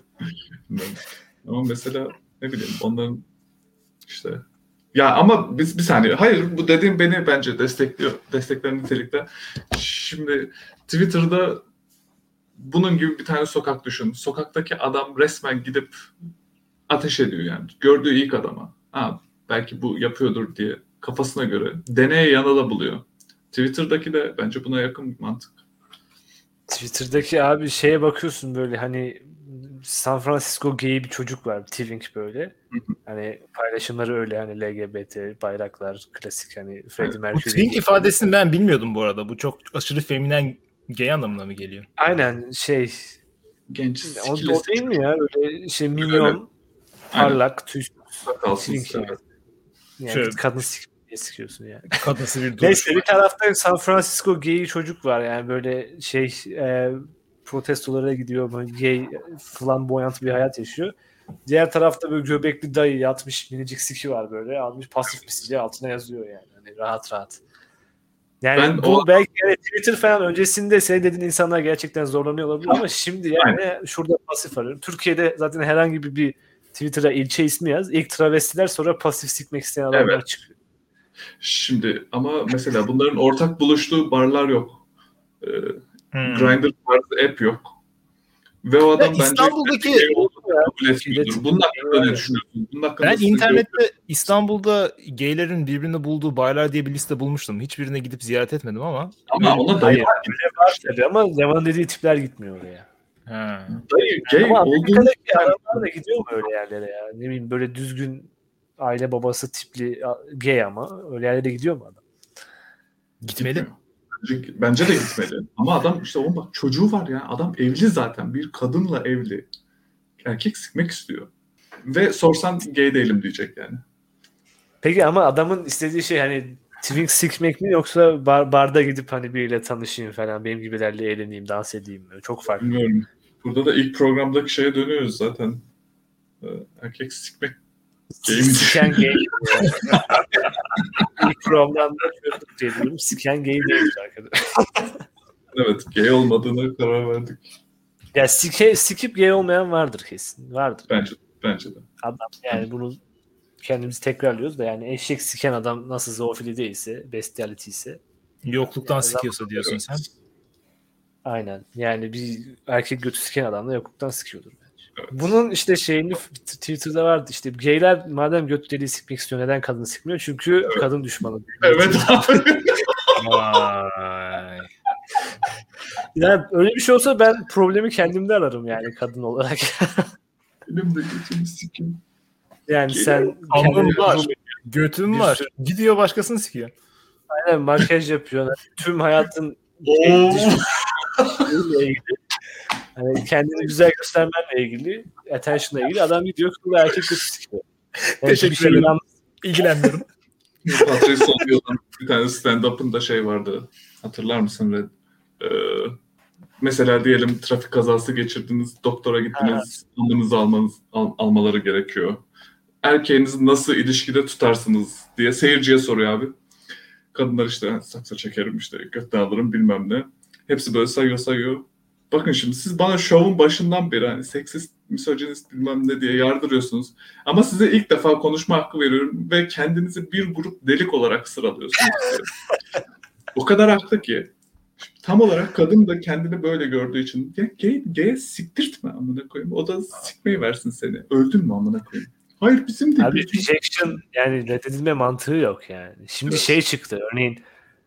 Ama mesela ne bileyim onların işte ya ama bir saniye. Hayır bu dediğim beni bence destekliyor. Destekler nitelikte. Şimdi Twitter'da bunun gibi bir tane sokak düşün. Sokaktaki adam resmen gidip ateş ediyor yani. Gördüğü ilk adama. Ha, belki bu yapıyordur diye kafasına göre deneye yanıla buluyor. Twitter'daki de bence buna yakın bir mantık. Twitter'daki abi şeye bakıyorsun böyle hani San Francisco gay bir çocuk var. Twink böyle. Hani paylaşımları öyle hani LGBT bayraklar klasik hani Freddie Bu Mercury. twink ifadesini ben bilmiyordum bu arada. Bu çok aşırı feminen gay anlamına mı geliyor? Aynen şey Genç, o skillesi, değil mi ya böyle şey minyon parlak tüysüz sakalsız. twink Evet. yani Şöyle- kadın sikiyorsun yani. Kadınsı bir duruş. Neyse bir tarafta San Francisco gay çocuk var yani böyle şey protestolara gidiyor böyle gay flamboyant bir hayat yaşıyor. Diğer tarafta böyle göbekli dayı yatmış minicik siki var böyle almış pasif bir silgi altına yazıyor yani hani rahat rahat. Yani Ben bu o- belki yani Twitter falan öncesinde senin dediğin insanlar gerçekten zorlanıyor olabilir ama şimdi yani şurada pasif arıyorum. Türkiye'de zaten herhangi bir Twitter'a ilçe ismi yaz. İlk travestiler sonra pasif sikmek isteyen adamlar Evet. çıkıyor. Şimdi ama mesela bunların ortak buluştuğu barlar yok. Grindr tarzı app yok. Ve o adam Ya bence İstanbul'daki gay olduğunu kabul etmiyordur. Türkiye'de Bunun hakkında var ne ya. düşünüyorsun? Bunun hakkında ben sizin internette İstanbul'da gaylerin birbirini bulduğu barlar diye bir liste bulmuştum. Hiçbirine gidip ziyaret etmedim ama. ama ona Hayır, dayı var tabii ama Yaman'ın dediği tipler gitmiyor oraya. Ha. dayı gay Ama olduğunu Amerika'daki adamlar da gidiyor mu öyle yerlere ya? Ne bileyim böyle düzgün aile babası tipli gay ama öyle yerlere gidiyor mu adam? Gitmeli. Bence de gitmeli. Ama adam işte onun bak çocuğu var ya. Adam evli zaten. Bir kadınla evli. Erkek sıkmak istiyor. Ve sorsan gay değilim diyecek yani. Peki ama adamın istediği şey hani twink sikmek mi yoksa barda gidip hani biriyle tanışayım falan benim gibilerle eğleneyim dans edeyim mi? Çok farklı. Bilmiyorum. Burada da ilk programdaki şeye dönüyoruz zaten. Erkek sikmek gay mi? Siken gay. İlk programda çözdük diye diyorum. Siken gay değil arkadaşlar. Evet, gay olmadığına karar verdik. Ya sikip gay olmayan vardır kesin. Vardır. Bence de. Adam yani bunu kendimizi tekrarlıyoruz da yani eşek siken adam nasıl zoofili değilse, bestiality ise Yokluktan Yani sikiyorsa diyorsun Evet. sen. aynen. Yani bir erkek götü siken adam da yokluktan sikiyordur bence. Evet. Bunun işte şeyini Twitter'da vardı işte gayler madem göt deliği sikmek istiyor neden kadın sikmiyor? Çünkü kadın düşmanı. Evet abi. Vay. Yani öyle bir şey olsa ben problemi kendimde ararım yani kadın olarak. Benim de götümü sikim. Yani Geliyor. sen Alnım kendini var. Götüm Bir var. sürü- Gidiyor başkasını sikiyor. aynen makyaj yapıyorsun. Tüm hayatın Oo. ile ilgili. Hani kendini güzel göstermenle ilgili, attention'la ilgili adam gidiyor kızla erkek götü sikiyor. Yani Teşekkür bir şey ederim. inan- İlgilenmiyorum. Patrice O'Neill'ın bir tane stand-up'ında şey vardı. Hatırlar mısın Red? mesela diyelim trafik kazası geçirdiniz, doktora gittiniz, kanınızı almaları gerekiyor. Erkeğinizi nasıl ilişkide tutarsınız diye seyirciye soruyor abi. Kadınlar işte saksı çekerim, işte götten alırım bilmem ne. Hepsi böyle sayıyor. Bakın şimdi siz bana şovun başından beri hani seksist, misojinist bilmem ne diye yardırıyorsunuz. Ama size ilk defa konuşma hakkı veriyorum ve kendinizi bir grup delik olarak sıralıyorsunuz. O kadar haklı ki. Tam olarak kadın da kendini böyle gördüğü için ya gay siktirtme amına koyayım. O da sikmeyi versin seni. Öldün mü amına koyayım? Hayır bizim değil. Abi rejection yani reddedilme mantığı yok yani. Şimdi Evet. şey çıktı örneğin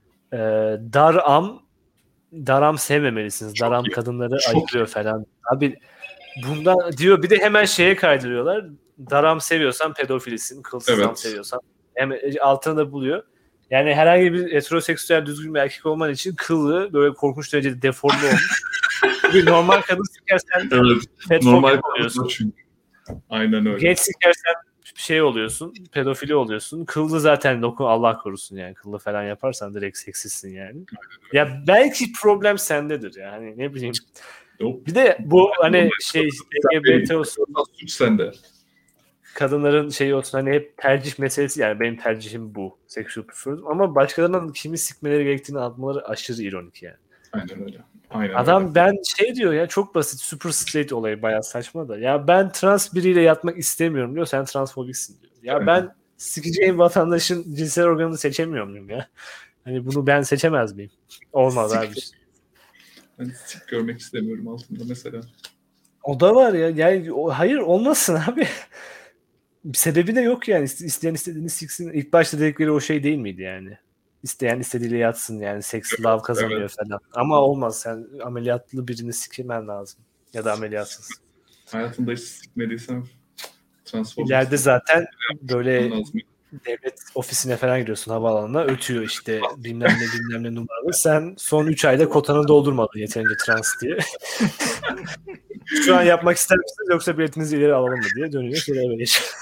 daram sevmemelisiniz. Çok Daram iyi. kadınları Çok ayıplıyor falan. Abi bundan diyor bir de hemen şeye kaydırıyorlar. Daram seviyorsan pedofilisin. Kılsız adam Evet. seviyorsan. Hem altını da buluyor. Yani herhangi bir heteroseksüel düzgün bir erkek olman için kıllı böyle korkunç derecede deforme olmuş. Bir normal kadın sikersen Evet. petfobi Normal oluyorsun. çünkü. Aynen öyle. Genç sikersen şey oluyorsun. Pedofili oluyorsun. Kıllı zaten Allah korusun yani. Kıllı falan yaparsan direkt seksistsin yani. Ya belki problem sendedir yani ne bileyim. Yok. Bir de bu hani şey LGBT olsun, Suç sende. kadınların şeyi olsun hani hep tercih meselesi yani benim tercihim bu. Sexual preference ama başkalarının kimi sikmeleri gerektiğini anlatmaları aşırı ironik yani. Aynen öyle. Aynen Adam öyle. ben şey diyor ya çok basit super straight olayı bayağı saçma da. Ya ben trans biriyle yatmak istemiyorum diyor sen transfobiksin diyor. Ya Evet. ben sikeceğim vatandaşın cinsel organını seçemiyor muyum ya? Hani bunu ben seçemez miyim? Olmaz abi. Ben sik görmek istemiyorum altında mesela. O da var ya. Yani hayır olmasın abi. Sebebi de yok yani. İsteyen istediğini siksin. İlk başta dedikleri o şey değil miydi yani? İsteyen istediğiyle yatsın yani. Seks love kazanıyor falan. Ama olmaz. Sen ameliyatlı birini sikirmen lazım. Ya da ameliyatsız. Hayatımda hiç sikmediysem transfobik. İleride zaten böyle lazım. devlet ofisine falan gidiyorsun havaalanına. Ötüyor işte bilmem ne numaralı. Sen son 3 ayda kotanı doldurmadın yeterince trans diye. Şu an yapmak ister misiniz yoksa biletinizi ileri alalım mı diye dönüyor. Sonra eve geçiyor.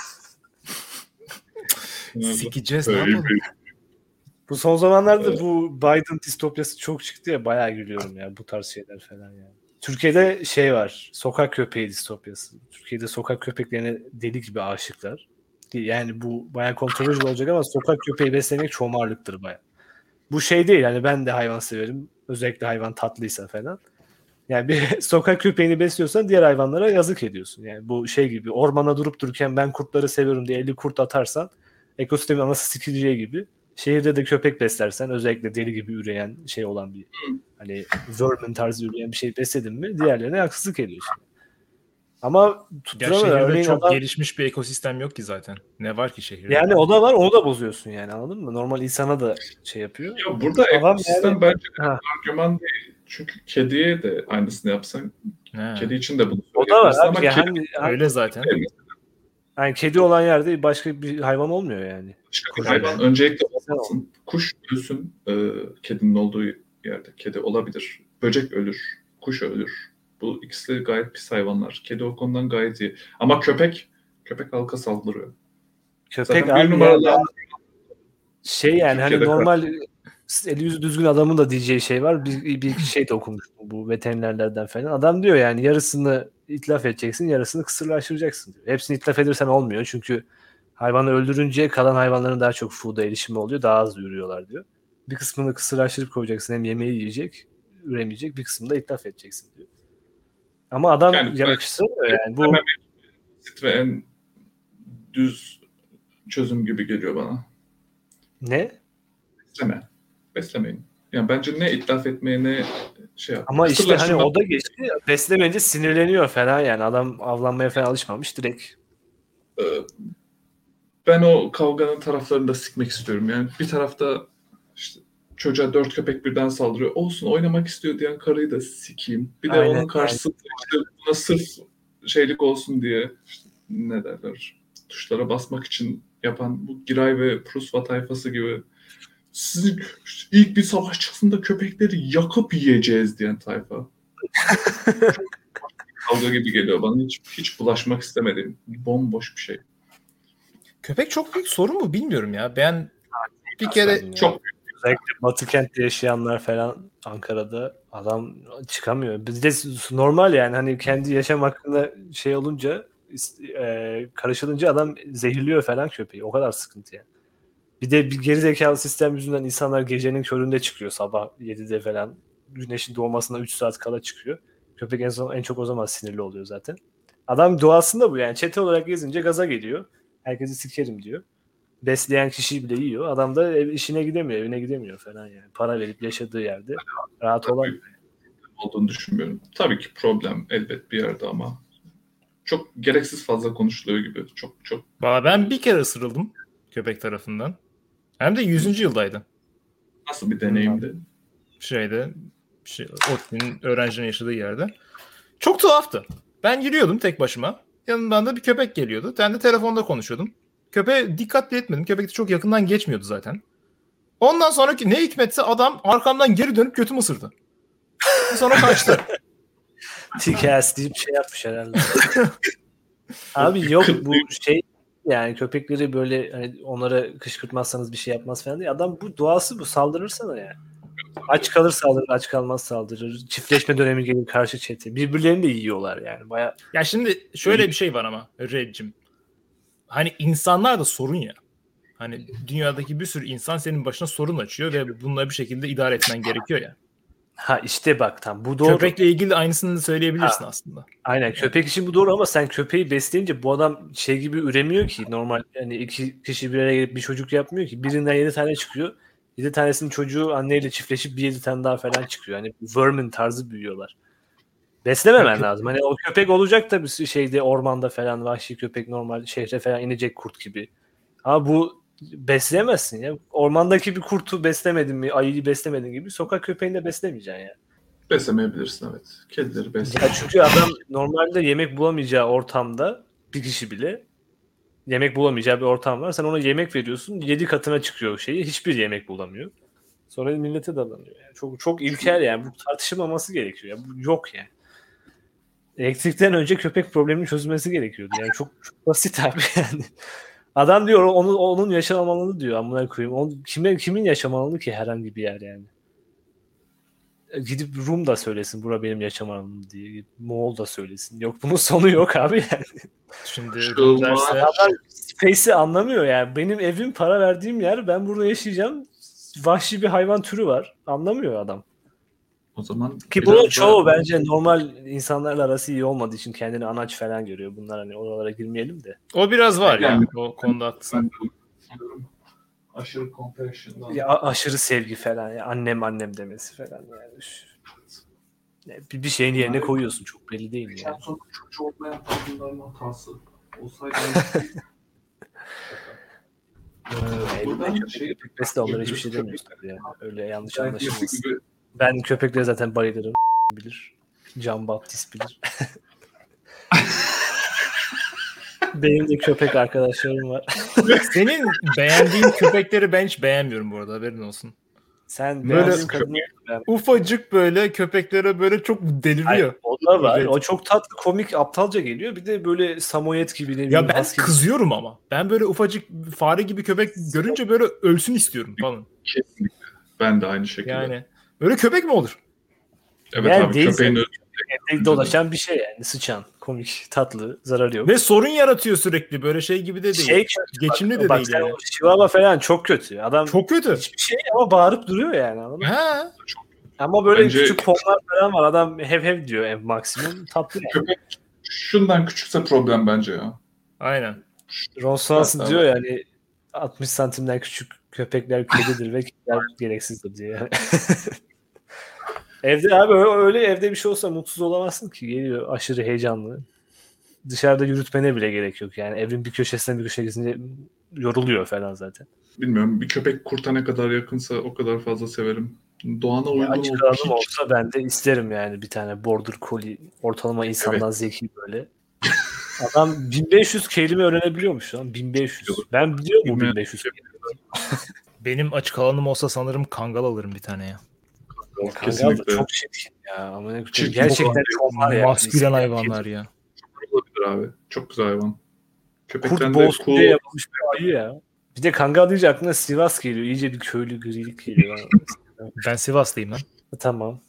Sikeceğiz ne yapalım? Bu son zamanlarda bu Biden distopyası çok çıktı ya bayağı gülüyorum ya bu tarz şeyler falan yani. Türkiye'de şey var. Sokak köpeği distopyası. Türkiye'de sokak köpeklerine deli gibi aşıklar. Yani bu bayağı kontroversial olacak ama sokak köpeği beslemek çomarlıktır bayağı. Bu şey değil yani ben de hayvan severim. Özellikle hayvan tatlıysa falan. Yani bir sokak köpeğini besliyorsan diğer hayvanlara yazık ediyorsun. Yani bu şey gibi ormana durup dururken ben kurtları seviyorum diye 50 kurt atarsan ekosistemin anası sikileceği gibi şehirde de köpek beslersen özellikle deli gibi üreyen şey olan bir hani vermin tarzı üreyen bir şey besledin mi diğerlerine haksızlık ediyorsun. Ama Ya şehirde örneğin çok adam, gelişmiş bir ekosistem yok ki zaten. Ne var ki şehirde? yani o da var onu da bozuyorsun yani anladın mı? Normal insana da şey yapıyor. Ya burada Adam ekosistem yani, bence argüman değil. Çünkü kediye de aynısını yapsan kedi için de bunu o da var ama abi. kedi öyle zaten. Yani kedi olan yerde başka bir hayvan olmuyor yani. başka bir hayvan öncelikle olmasın. Kuş ölsün kedinin olduğu yerde. Kedi olabilir. Böcek ölür. Kuş ölür. Bu ikisi de gayet pis hayvanlar. Kedi o konudan gayet iyi. Ama köpek halka saldırıyor. Köpek Zaten bir abi numaralı yani şey yani Türkiye'de hani normal eli yüzü düzgün adamın da diyeceği şey var. Bir şey de okumuştum bu veterinerlerden falan. Adam diyor yani yarısını itlaf edeceksin, yarısını kısırlaştıracaksın diyor. Hepsini itlaf edersen olmuyor. Çünkü hayvanı öldürünce kalan hayvanların daha çok food'a erişimi oluyor. Daha az yürüyorlar diyor. Bir kısmını kısırlaştırıp koyacaksın. Hem yemeği yiyecek, üremeyecek. Bir kısmını da itlaf edeceksin diyor. Ama adam Yani yakıştırmıyor yani. Bu basit ve en düz çözüm gibi geliyor bana. ne? Beslemeyin. Yani bence ne itlaf etmeye ne şey yap. Ama işte hani o da geçti. Beslemeyince sinirleniyor falan yani. Adam avlanmaya falan alışmamış direkt. Ben o kavganın taraflarını da sikmek istiyorum. Yani bir tarafta işte çocuğa 4 köpek birden saldırıyor. Olsun oynamak istiyor diyen karıyı da sikeyim. Bir de onun karşısında işte buna sırf şeylik olsun diye işte ne derler tuşlara basmak için yapan bu Giray ve Prusva tayfası gibi sizin ilk bir savaş çıksında köpekleri yakıp yiyeceğiz diyen tayfa. Kavga gibi geliyor bana. Hiç bulaşmak istemedim. Bomboş bir şey. Köpek çok büyük sorun mu bilmiyorum ya. Ben bir kere çok büyük Özellikle Batı kentte yaşayanlar falan Ankara'da adam çıkamıyor. Bizde normal yani hani kendi yaşam hakkında şey olunca karışılınca adam zehirliyor falan köpeği. O kadar sıkıntı yani. Bir de bir gerizekalı sistem yüzünden insanlar gecenin köründe çıkıyor sabah 7'de falan. Güneşin doğmasına 3 saat kala çıkıyor. Köpek en çok o zaman sinirli oluyor zaten. Adam doğasında bu yani. Çete olarak gezince gaza geliyor. Herkesi sikerim diyor. Besleyen kişiyi bile yiyor. Adam da işine gidemiyor, evine gidemiyor falan yani. Para verip yaşadığı yerde rahat olamıyor. Olduğunu düşünmüyorum. Tabii ki problem elbet bir yerde ama çok gereksiz fazla konuşuluyor gibi. Çok. Valla ben bir kere ısırıldım köpek tarafından. Hem de 100. yıldaydı. Nasıl bir deneyimdi? ODTÜ'nün öğrencinin yaşadığı yerde. Çok tuhaftı. Ben yürüyordum tek başıma. Yanımdan da bir köpek geliyordu. Ben de telefonda konuşuyordum. Köpeğe dikkatli etmedim. Köpek de çok yakından geçmiyordu zaten. Ondan sonraki ne hikmetse adam arkamdan geri dönüp götümü ısırdı. Sonra kaçtı. Tikas deyip şey yapmış herhalde. Abi yok bu şey yani köpekleri böyle hani onlara kışkırtmazsanız bir şey yapmaz falan diye. Adam bu doğası bu saldırır sana yani. Aç kalır saldırır, aç kalmaz saldırır. Çiftleşme dönemi gelir karşı çete. Birbirlerini de yiyorlar yani. Baya. Ya şimdi şöyle bir şey var ama Red'cim. Hani insanlar da sorun ya. Hani dünyadaki bir sürü insan senin başına sorun açıyor ve bunları bir şekilde idare etmen gerekiyor ya. Ha işte bak tam bu doğru. Köpekle ilgili de aynısını söyleyebilirsin aslında. Aynen köpek için bu doğru ama sen köpeği besleyince bu adam şey gibi üremiyor ki normal yani 2 kişi bir araya gelip bir çocuk yapmıyor ki. Birinden 7 tane çıkıyor. 7 tanesinin çocuğu anneyle çiftleşip bir 7 tane daha falan çıkıyor. Hani vermin tarzı büyüyorlar. Beslememen lazım. Hani o köpek olacak da bir şeyde ormanda falan vahşi köpek normal şehre falan inecek kurt gibi. Ama bu besleyemezsin ya. Ormandaki bir kurtu beslemedin mi, ayıyı beslemedin gibi sokak köpeğini de beslemeyeceksin ya. Beslemeyebilirsin evet. Kedileri besle. Ya çünkü adam normalde yemek bulamayacağı ortamda bir kişi bile yemek bulamayacağı bir ortam var. Sen ona yemek veriyorsun. 7 katına çıkıyor şeyi. Hiçbir yemek bulamıyor. Sonra millete dalanıyor. Yani çok ilkel yani. Bu tartışılmaması gerekiyor. Ya. Bu yok yani. Elektrikten önce köpek probleminin çözülmesi gerekiyordu. Yani çok basit abi yani. Adam diyor onun yaşam alanı diyor. Amına koyayım. Kimin yaşam alanı ki herhangi bir yer yani. Gidip Rum da söylesin bura benim yaşam alanım diye. Moğol da söylesin. Yok bunun sonu yok abi yani. Şimdi derse Adamlar Space'i anlamıyor yani. Benim evim para verdiğim yer. Ben burada yaşayacağım. Vahşi bir hayvan türü var. Anlamıyor adam. O zaman Ki bunun çoğu bence normal insanlarla arası iyi olmadığı için kendini anaç falan görüyor. Bunlar hani oralara girmeyelim de. o biraz var Yani- ya. O konuda haklısın. Aşırı compassion'dan. Ya aşırı sevgi falan. Ya annem demesi falan yani. Bir şeyin yerine koyuyorsun. Çok belli değil mi? Yani. Sonra çocuğu olmayan kadınların hatası olsaydı buradan Köpek de onlara hiçbir şey demiyoruz tabii yani. Öyle yanlış belki anlaşılmasın. gibi Ben köpeklere zaten bayılırım. Bilir. Can Baptist bilir. Benim de köpek arkadaşlarım var. Senin beğendiğin köpekleri ben hiç beğenmiyorum bu arada, haberin olsun. Sen Böyle beğendiğin kadını Ufacık böyle köpeklere böyle çok deliriyor. Hayır, o da var. Evet. O çok tatlı, komik, aptalca geliyor. Bir de böyle Samoyed gibi ne bileyim. Ya ben husky- kızıyorum ama. Ben böyle ufacık fare gibi köpek görünce böyle ölsün istiyorum falan. kesinlikle. Ben de aynı şekilde. Yani böyle köpek mi olur? Evet Yani abi değil köpeğin Evde dolaşan bir şey yani. Sıçan, komik, tatlı, zararı yok. Ve sorun yaratıyor sürekli. Böyle şey gibi de değil. Şey kötü, Geçimli de bak değil sen yani. o Chihuahua falan çok kötü. Adam Çok kötü. hiçbir şey ama bağırıp duruyor yani. Anladın mı? Ha. Ama böyle Bence- küçük fonlar falan var. Adam hev diyor en maksimum. Tatlı yani. köpek şundan küçükse problem bence ya. Aynen. Ron Swanson Hatta diyor yani 60 santimden küçük köpekler kedidir ve kediler gereksizdir diye. Yani. Evde abi öyle evde bir şey olsa mutsuz olamazsın ki. Geliyor aşırı heyecanlı. Dışarıda yürütmene bile gerek yok yani. Evin bir köşesinden bir köşeye gidince yoruluyor falan zaten. Bilmiyorum bir köpek kurta ne kadar yakınsa o kadar fazla severim. Doğana uygun Açık ol. alanım olsa ben de isterim yani bir tane border collie ortalama insandan zeki böyle. Adam 1500 kelime öğrenebiliyormuş lan. 1500. Ben biliyorum bu 1500 kelime. Benim açık alanım olsa sanırım kangal alırım bir tane ya. Kangal da Kesinlikle. çok çirkin ya. Ama ne Çirkin. gerçekten çok var ya. Maskülen hayvanlar ya. Olabilir abi. Çok güzel hayvan. Kurt Köpekten de boğulsun cool. diye yapılmış bir ayı ya. Bir de Kangal deyince aklına Sivas geliyor. İyice bir köylü grilik geliyor. Ben Sivaslıyım lan. Tamam.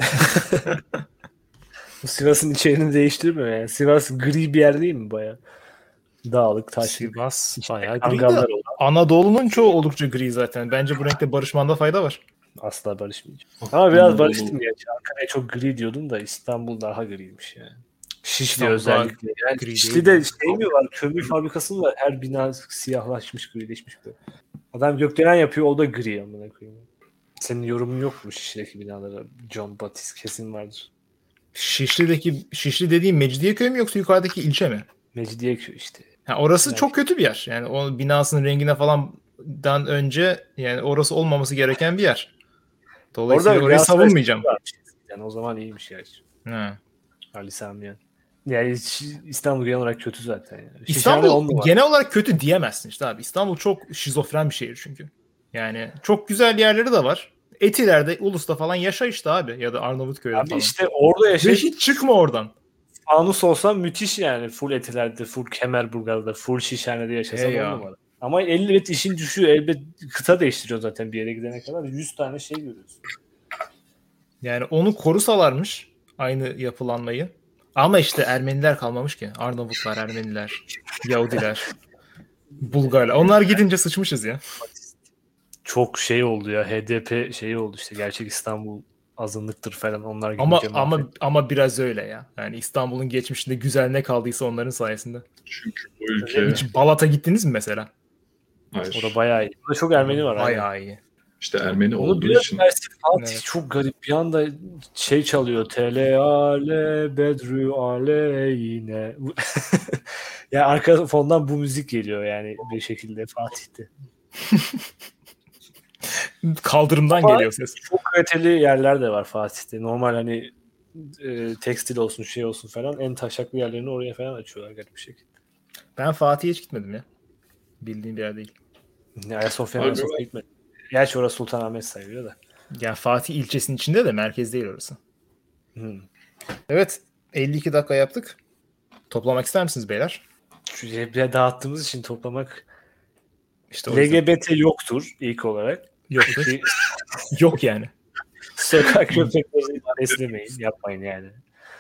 Bu Sivas'ın içeriğini değiştirmiyor yani. Sivas gri bir yer değil mi baya? Dağlık, taşlık. Sivas İşte bayağı gri Kangallar de olan. Anadolu'nun çoğu oldukça gri zaten. Bence bu renkte barışmanda fayda var. Asla barışmayacağım. Ama biraz Anadolu- barıştım ya. Ankara'ya çok gri diyordum da İstanbul daha griymiş yani. Şişli İstanbul özellikle. daha Yani gri Şişli'de değil şey mi var? Kömür fabrikası mı var? Her bina siyahlaşmış, grileşmiş böyle. Adam gökdelen yapıyor, o da gri amına koyayım. Senin yorumun yok mu Şişli'deki binalara? John Batiste kesin vardır. Şişli dediğim Mecidiyeköy mü yoksa yukarıdaki ilçe mi? Mecidiyeköy işte. Ha, orası Evet. çok kötü bir yer. Yani o binasının rengine falandan önce yani orası olmaması gereken bir yer. Dolayısıyla orayı Galatasaray savunmayacağım. varmış. Yani o zaman iyiymiş yani. Ha. Ali Sami Yen. Yani İstanbul genel olarak kötü zaten. Yani. Şişhane on İstanbul numara. genel olarak kötü diyemezsin işte abi. İstanbul çok şizofren bir şehir çünkü. Yani çok güzel yerleri de var. Etiler'de, Ulus'ta falan yaşa işte abi. Ya da Arnavutköy'de Abi falan. işte orada Ve yaşayıp hiç çıkma oradan. fanus olsam müthiş yani. Full Etiler'de, full Kemerburgaz'da, full Şişhane'de yaşasam He ya. 10 numara. Ama elbet işin düşüyor. Elbet kıta değiştiriyor zaten bir yere gidene kadar. 100 tane şey görüyorsun. Yani onu korusalarmış aynı yapılanmayı. Ama işte Ermeniler kalmamış ki. Arnavutlar, Ermeniler, Yahudiler, Bulgarlar. Onlar gidince sıçmışız ya. Çok şey oldu ya. HDP şeyi oldu işte. Gerçek İstanbul azınlıktır falan. Onlar Ama gidince mahvet. ama biraz öyle ya. Yani İstanbul'un geçmişinde güzel ne kaldıysa onların sayesinde. Çünkü bu ülke... Hiç Balat'a gittiniz mi mesela? Hayır. O da bayağı iyi. Burada çok Ermeni var. aynen. Bayağı iyi. İşte Ermeni Onu olduğu biraz için dersi Fatih Evet. çok garip. Bir anda şey çalıyor. Tele ale bedru aleyne. Ya arka fondan bu müzik geliyor yani bir şekilde Fatih'te. Kaldırımdan Ama geliyor ses. çok kaliteli yerler de var Fatih'te. Normal hani tekstil olsun şey olsun falan en taşaklı yerlerini oraya falan açıyorlar garip bir şekilde. Ben Fatih'e hiç gitmedim ya. Bildiğim bir yer değil. Ayasofya'ya Abi Ayasofya gitmedim. Gerçi orası Sultanahmet sayılıyor da. Yani Fatih ilçesinin içinde de merkez değil orası. Hmm. Evet. 52 dakika yaptık. Toplamak ister misiniz beyler? Şu cebiye dağıttığımız için toplamak İşte o yüzden. LGBT yoktur ilk olarak. Yoktur. İki, Yok yani. sokak köpekleriyle beslemeyin. Yapmayın yani.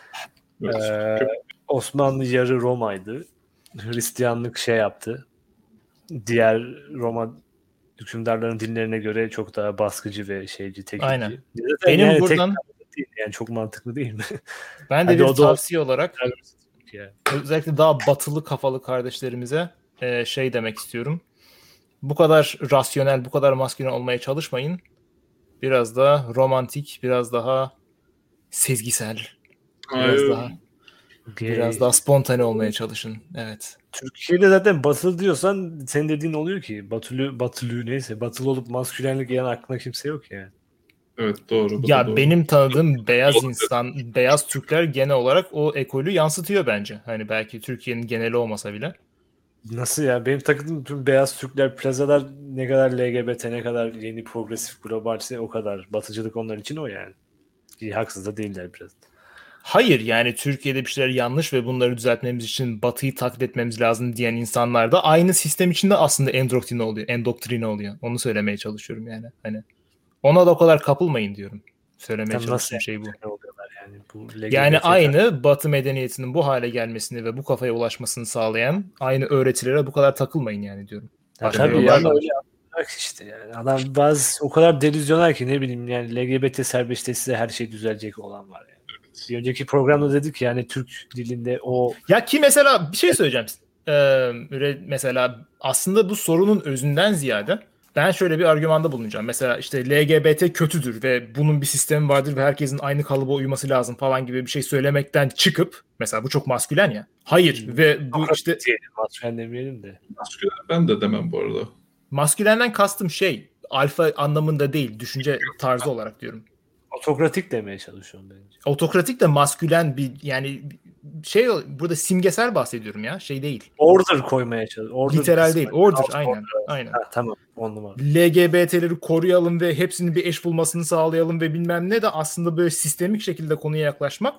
evet, Osmanlı yarı Roma'ydı. Hristiyanlık şey yaptı. Diğer Roma hükümdarların dinlerine göre çok daha baskıcı ve şeyci, tekilci. Aynen. Zaten Benim yani buradan değil, yani çok mantıklı değil mi? ben de Hadi bir o da tavsiye olarak yani. özellikle daha batılı kafalı kardeşlerimize şey demek istiyorum. Bu kadar rasyonel, bu kadar maskülen olmaya çalışmayın. Biraz daha romantik, biraz daha sezgisel, Hayır. biraz daha spontane olmaya çalışın. Evet. Türkiye'de zaten batılı diyorsan senin dediğin oluyor ki batılı neyse batılı olup maskülenlik yan aklına kimse yok yani. Evet doğru. Bu da Ya doğru. benim tanıdığım beyaz insan, beyaz Türkler genel olarak o ekolü yansıtıyor bence. Hani belki Türkiye'nin geneli olmasa bile. Nasıl ya? Benim takıldığım tüm beyaz Türkler plazalar ne kadar LGBT ne kadar yeni progresif globalse o kadar. Batıcılık onlar için o yani. İyi, haksız da değiller biraz. Hayır yani Türkiye'de bir şeyler yanlış ve bunları düzeltmemiz için Batı'yı taklit etmemiz lazım diyen insanlar da aynı sistem içinde aslında endoktrine oluyor. Onu söylemeye çalışıyorum yani. Hani ona da o kadar kapılmayın diyorum. Söylemeye Tam çalıştığım nasıl şey bu. ne oluyorlar yani bu LGBT Yani aynı Batı medeniyetinin bu hale gelmesini ve bu kafaya ulaşmasını sağlayan aynı öğretilere bu kadar takılmayın yani diyorum. Başka tabii yollar yani da var. öyle yapmak işte yani. Adam bazı o kadar delüzyonel ki ne bileyim yani LGBT serbestleşse her şey düzelecek olan var yani. Bir önceki programda dedik yani Türk dilinde o Ya ki mesela bir şey söyleyeceğim. Mesela aslında bu sorunun özünden ziyade ben şöyle bir argümanda bulunacağım. Mesela işte LGBT kötüdür ve bunun bir sistemi vardır ve herkesin aynı kalıba uyması lazım falan gibi bir şey söylemekten çıkıp mesela bu çok maskülen ya. Hayır ve bu işte maskülen demeyelim de. Maskülen ben de demem bu arada. maskülenden kastım şey alfa anlamında değil düşünce tarzı olarak diyorum. Otokratik demeye çalışıyorum bence. Otokratik de maskülen bir yani şey burada simgesel bahsediyorum ya şey değil. Order koymaya çalışıyorum. Literal değil. Order aynen. Aynen. Ha, tamam 10 numara. LGBT'leri koruyalım ve hepsinin bir eş bulmasını sağlayalım ve bilmem ne de aslında böyle sistemik şekilde konuya yaklaşmak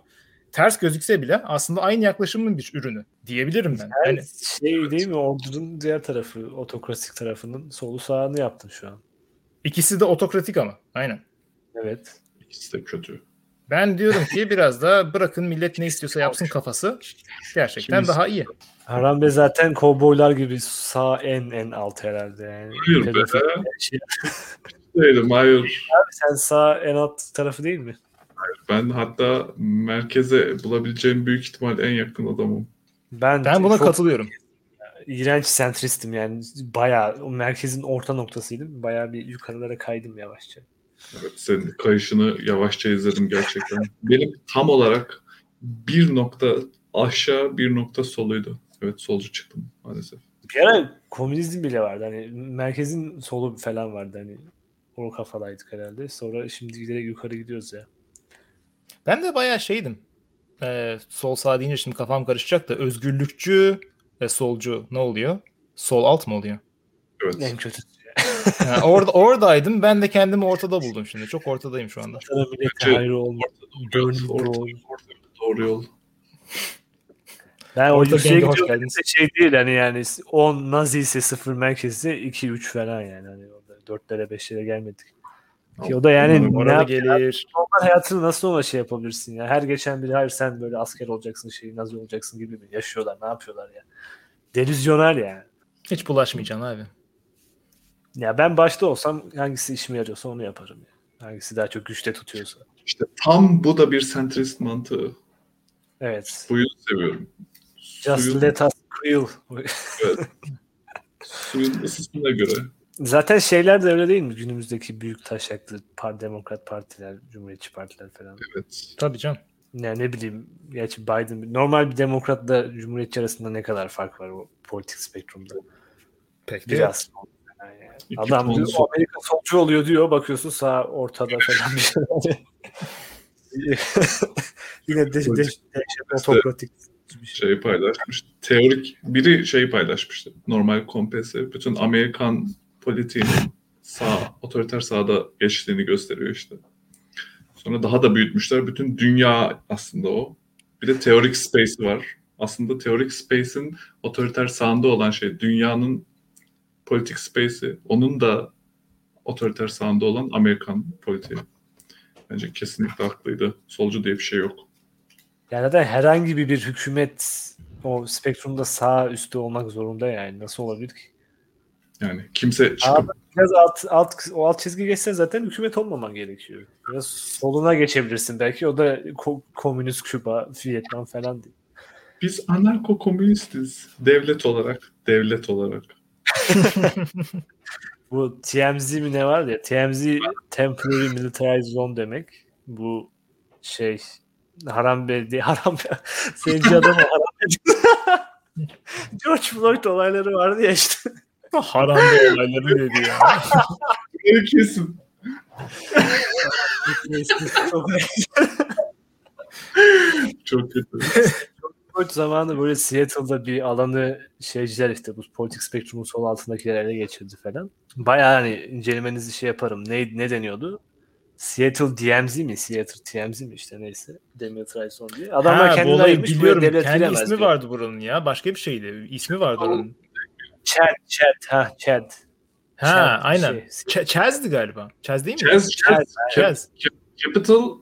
ters gözükse bile aslında aynı yaklaşımın bir ürünü diyebilirim ben. Yani Hani şey değil mi, ordunun diğer tarafı, otokratik tarafının solu sağını yaptın şu an. ikisi de otokratik ama. Aynen. Evet. İkisi de kötü. Ben diyorum ki biraz da bırakın millet ne istiyorsa yapsın kafası gerçekten Şimdi- daha iyi. Harambe zaten kovboylar gibi sağ en alt herhalde yani. Hayır be. Pedofil şey. Değilim, hayır. Sen sağ en alt tarafı değil mi? Ben hatta merkeze bulabileceğim büyük ihtimal en yakın adamım. Ben buna çok katılıyorum. iğrenç sentristim yani. Bayağı o merkezin orta noktasıydım. Bayağı bir yukarılara kaydım yavaşça. Evet, senin kayışını yavaşça izledim gerçekten. Benim tam olarak bir nokta aşağı, bir nokta soluydu. Evet, solcu çıktım maalesef. Bir ara komünizm bile vardı. Hani merkezin solu falan vardı. Hani o kafadaydık herhalde. Sonra şimdi giderek yukarı gidiyoruz ya. Ben de bayağı şeydim. Sol sağ deyince şimdi kafam karışacak da özgürlükçü ve solcu ne oluyor? Sol alt mı oluyor? Evet. En kötüsü. Yani oradaydım. Ben de kendimi ortada buldum şimdi. Çok ortadayım şu anda. Sana millete Bence hayır olma. Doğru yol. Ben o Orta yükseğe genge hoş gidiyorum geldiniz. şey değil hani yani 10 Nazi ise 0 merkez ise 2-3 falan yani. Hani orada 4'lere 5'lere gelmedik. Ki o da yani Umarım Orada gelir. normal hayatını nasıl ona şey yapabilirsin ya? Her geçen biri hayır sen böyle asker olacaksın şey Nazi olacaksın gibi mi? Yaşıyorlar ne yapıyorlar ya? Delüzyonel yani. Hiç bulaşmayacaksın abi. Ya ben başta olsam hangisi işime yarıyorsa onu yaparım. Ya. Hangisi daha çok güçte tutuyorsa. İşte tam bu da bir centrist mantığı. Evet. Suyu seviyorum. Just let us grill. Suyun ısısına göre. Zaten şeyler de öyle değil mi? Günümüzdeki büyük taşaklı demokrat partiler, cumhuriyetçi partiler falan. Evet. Tabii canım. Yani ne bileyim, gerçi Biden normal bir demokratla cumhuriyetçi arasında ne kadar fark var o politik spektrumda? Pek de Biraz. Yani. İki Adam ton diyor, sol. Amerika solcu oluyor diyor, bakıyorsun sağ ortada falan bir şey. Yine dehşet otokratik bir şey. Şey paylaşmış. Teorik biri şey paylaşmıştı. Normal kompesi bütün Amerikan politiğinin otoriter sağda geçtiğini gösteriyor işte. Sonra daha da büyütmüşler. Bütün dünya aslında o. Bir de teorik space'i var. Aslında teorik space'in otoriter sağında olan şey dünyanın politik space'i. Onun da otoriter sağında olan Amerikan politiği. Bence kesinlikle haklıydı. Solcu diye bir şey yok. Yani zaten herhangi bir hükümet o spektrumda sağ üstte olmak zorunda yani. Nasıl olabilir ki? Yani kimse çıkıp Biraz o alt çizgi geçse zaten hükümet olmaman gerekiyor. Biraz soluna geçebilirsin belki. O da komünist Küba, Vietnam falan değil. biz anarko-komünistiz. Devlet olarak. Bu TMZ mi ne var ya? TMZ Temporary Militarized Zone demek. Bu şey Harambe diye Harambe Zenci adamı Harambe George Floyd olayları vardı ya işte. Harambe olayları dedi ya. Bunları kesin. Çok kötü. Floyd zamanı böyle Seattle'da bir alanı şeyciler işte bu politik spektrumun sol altındakiler ele geçirdi falan. Bayağı hani incelemenizi şey yaparım. Ne deniyordu? Seattle DMZ mi? Seattle TMZ mi işte neyse. Demilitarized Zone diye. Adamlar Bu kendini olayı ayırmış. biliyorum. Devlet Kendi giremez ismi diyor. vardı buranın ya. Başka bir şeydi. İsmi vardı onun. Chad. Ha aynen. Şey. Chaz'di galiba. Chaz değil mi? Chaz. Capital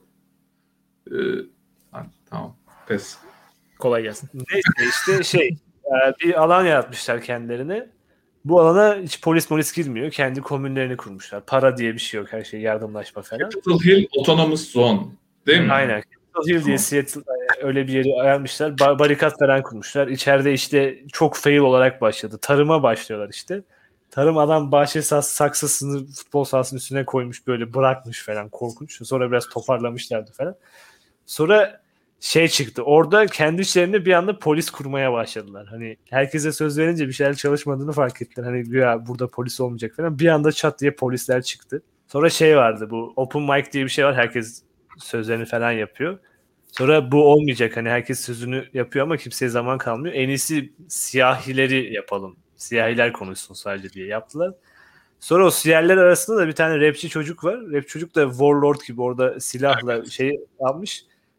tamam. Pes. Kolay gelsin. Neyse işte bir alan yaratmışlar kendilerine. Bu alana hiç polis girmiyor. Kendi komünlerini kurmuşlar. Para diye bir şey yok. Her şey yardımlaşma falan. Capital Hill Autonomous Zone. Değil mi? Aynen. Capital Hill diye Seattle öyle bir yeri ayarmışlar. Barikat falan kurmuşlar. İçeride işte çok fail olarak başladı. Tarıma başlıyorlar işte. Tarım adam bahçe saksısını futbol sahasının üstüne koymuş böyle bırakmış falan korkunç. Sonra biraz toparlamışlardı falan. Sonra çıktı. Orada kendi işlerinde bir anda polis kurmaya başladılar. Hani herkese söz verince bir şeyler çalışmadığını fark ettiler. Hani ya burada polis olmayacak falan. Bir anda çat diye polisler çıktı. Sonra vardı bu open mic diye bir şey var. Herkes sözlerini falan yapıyor. Sonra bu olmayacak. Hani herkes sözünü yapıyor ama kimseye zaman kalmıyor. En iyisi siyahileri yapalım. Siyahiler konuşsun sadece diye yaptılar. Sonra o siyahiler arasında da bir tane rapçi çocuk var. Rap çocuk da warlord gibi orada silahla almış.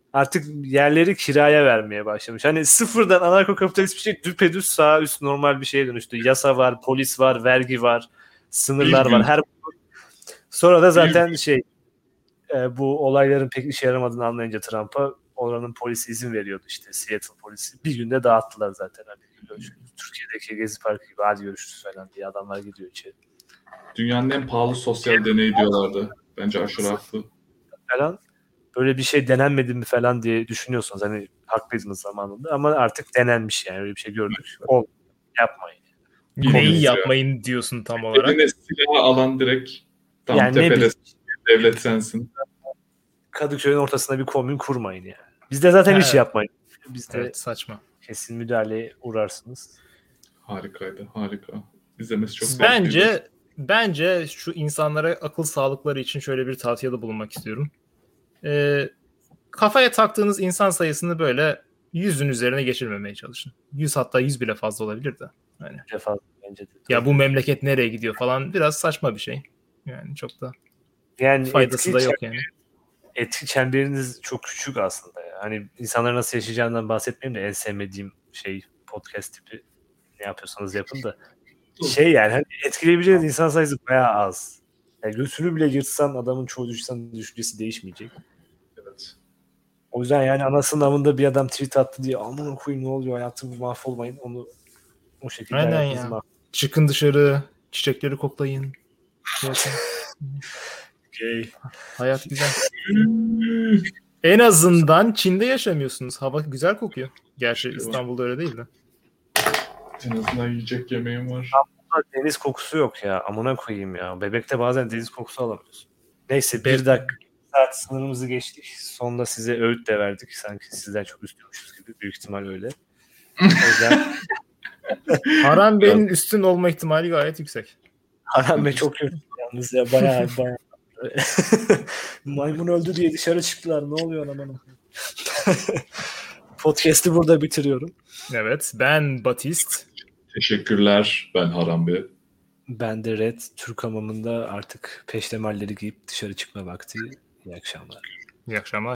artık yerleri kiraya vermeye başlamış. Hani sıfırdan anarko-kapitalist bir şey düpedüz sağ üst normal bir şeye dönüştü. Yasa var, polis var, vergi var, sınırlar Bir var. gün. Sonra da zaten bu olayların pek işe yaramadığını anlayınca Trump'a oranın polisi izin veriyordu işte Seattle polisi. Bir günde dağıttılar zaten. Hani Türkiye'deki Gezi Parkı gibi hadi görüşürüz falan diye adamlar gidiyor içeri. Dünyanın en pahalı sosyal deneyi diyorlardı. Bence aşırı haklı. Falan. Böyle bir şey denenmedi mi falan diye düşünüyorsunuz. Hani haklıydınız zamanında ama artık denenmiş yani öyle bir şey gördük. Yapmayın. Neyi Komünist ya. yapmayın diyorsun tam olarak. Eline silah alan direkt tam Yani ne tepede bileyim. devlet sensin. Kadıköy'ün ortasına bir komün kurmayın yani. Bizde zaten hiç Evet. yapmayın. Bizde Evet, saçma. kesin müdahaleye uğrarsınız. Harikaydı, harika. İzlemesi çok zevkliydi. Bence şu insanlara akıl sağlıkları için şöyle bir tavsiyede bulunmak istiyorum. Kafaya taktığınız insan sayısını böyle 100'ün üzerine geçirmemeye çalışın. 100 hatta 100 bile fazla olabilir de. Yani. Defa bence de. Ya bu memleket nereye gidiyor falan biraz saçma bir şey. Yani çok da Yani faydası da yok yani. Etki çemberiniz çok küçük aslında. Hani insanların nasıl yaşayacağından bahsetmeyeyim de en sevmediğim şey podcast tipi ne yapıyorsanız yapın da yani hani etkileyebileceğiniz insan sayısı bayağı az. Yani götünü bile yırtsan adamın çoğu düşüncesi değişmeyecek. Evet. O yüzden yani anasının amında bir adam tweet attı diye aman koyayım ne oluyor hayatım mahvolmayın onu o şekilde Aynen hayatınızı ya. Çıkın dışarı, çiçekleri koklayın. Hayat güzel. En azından Çin'de yaşamıyorsunuz. Hava güzel kokuyor. Gerçi İstanbul'da öyle değil de. En azından yiyecek yemeğim var. Deniz kokusu yok ya. Amına koyayım ya. Bebekte bazen deniz kokusu alamıyorsun. Neyse bir dakika. Saat sınırımızı geçtik. Sonunda size öğüt de verdik. Sanki sizden çok üstünmüşüz gibi. Büyük ihtimal öyle. O yüzden Haram Bey'in üstün olma ihtimali gayet yüksek. Haram Bey çok kötü. Yalnız ya bayağı. Maymun öldü diye dışarı çıktılar. Ne oluyor aman? Podcast'i burada bitiriyorum. Evet. Ben Batist. Teşekkürler. Ben Haram Bey. Ben de Red. Türk hamamında artık peştemalleri giyip dışarı çıkma vakti. İyi akşamlar. İyi akşamlar.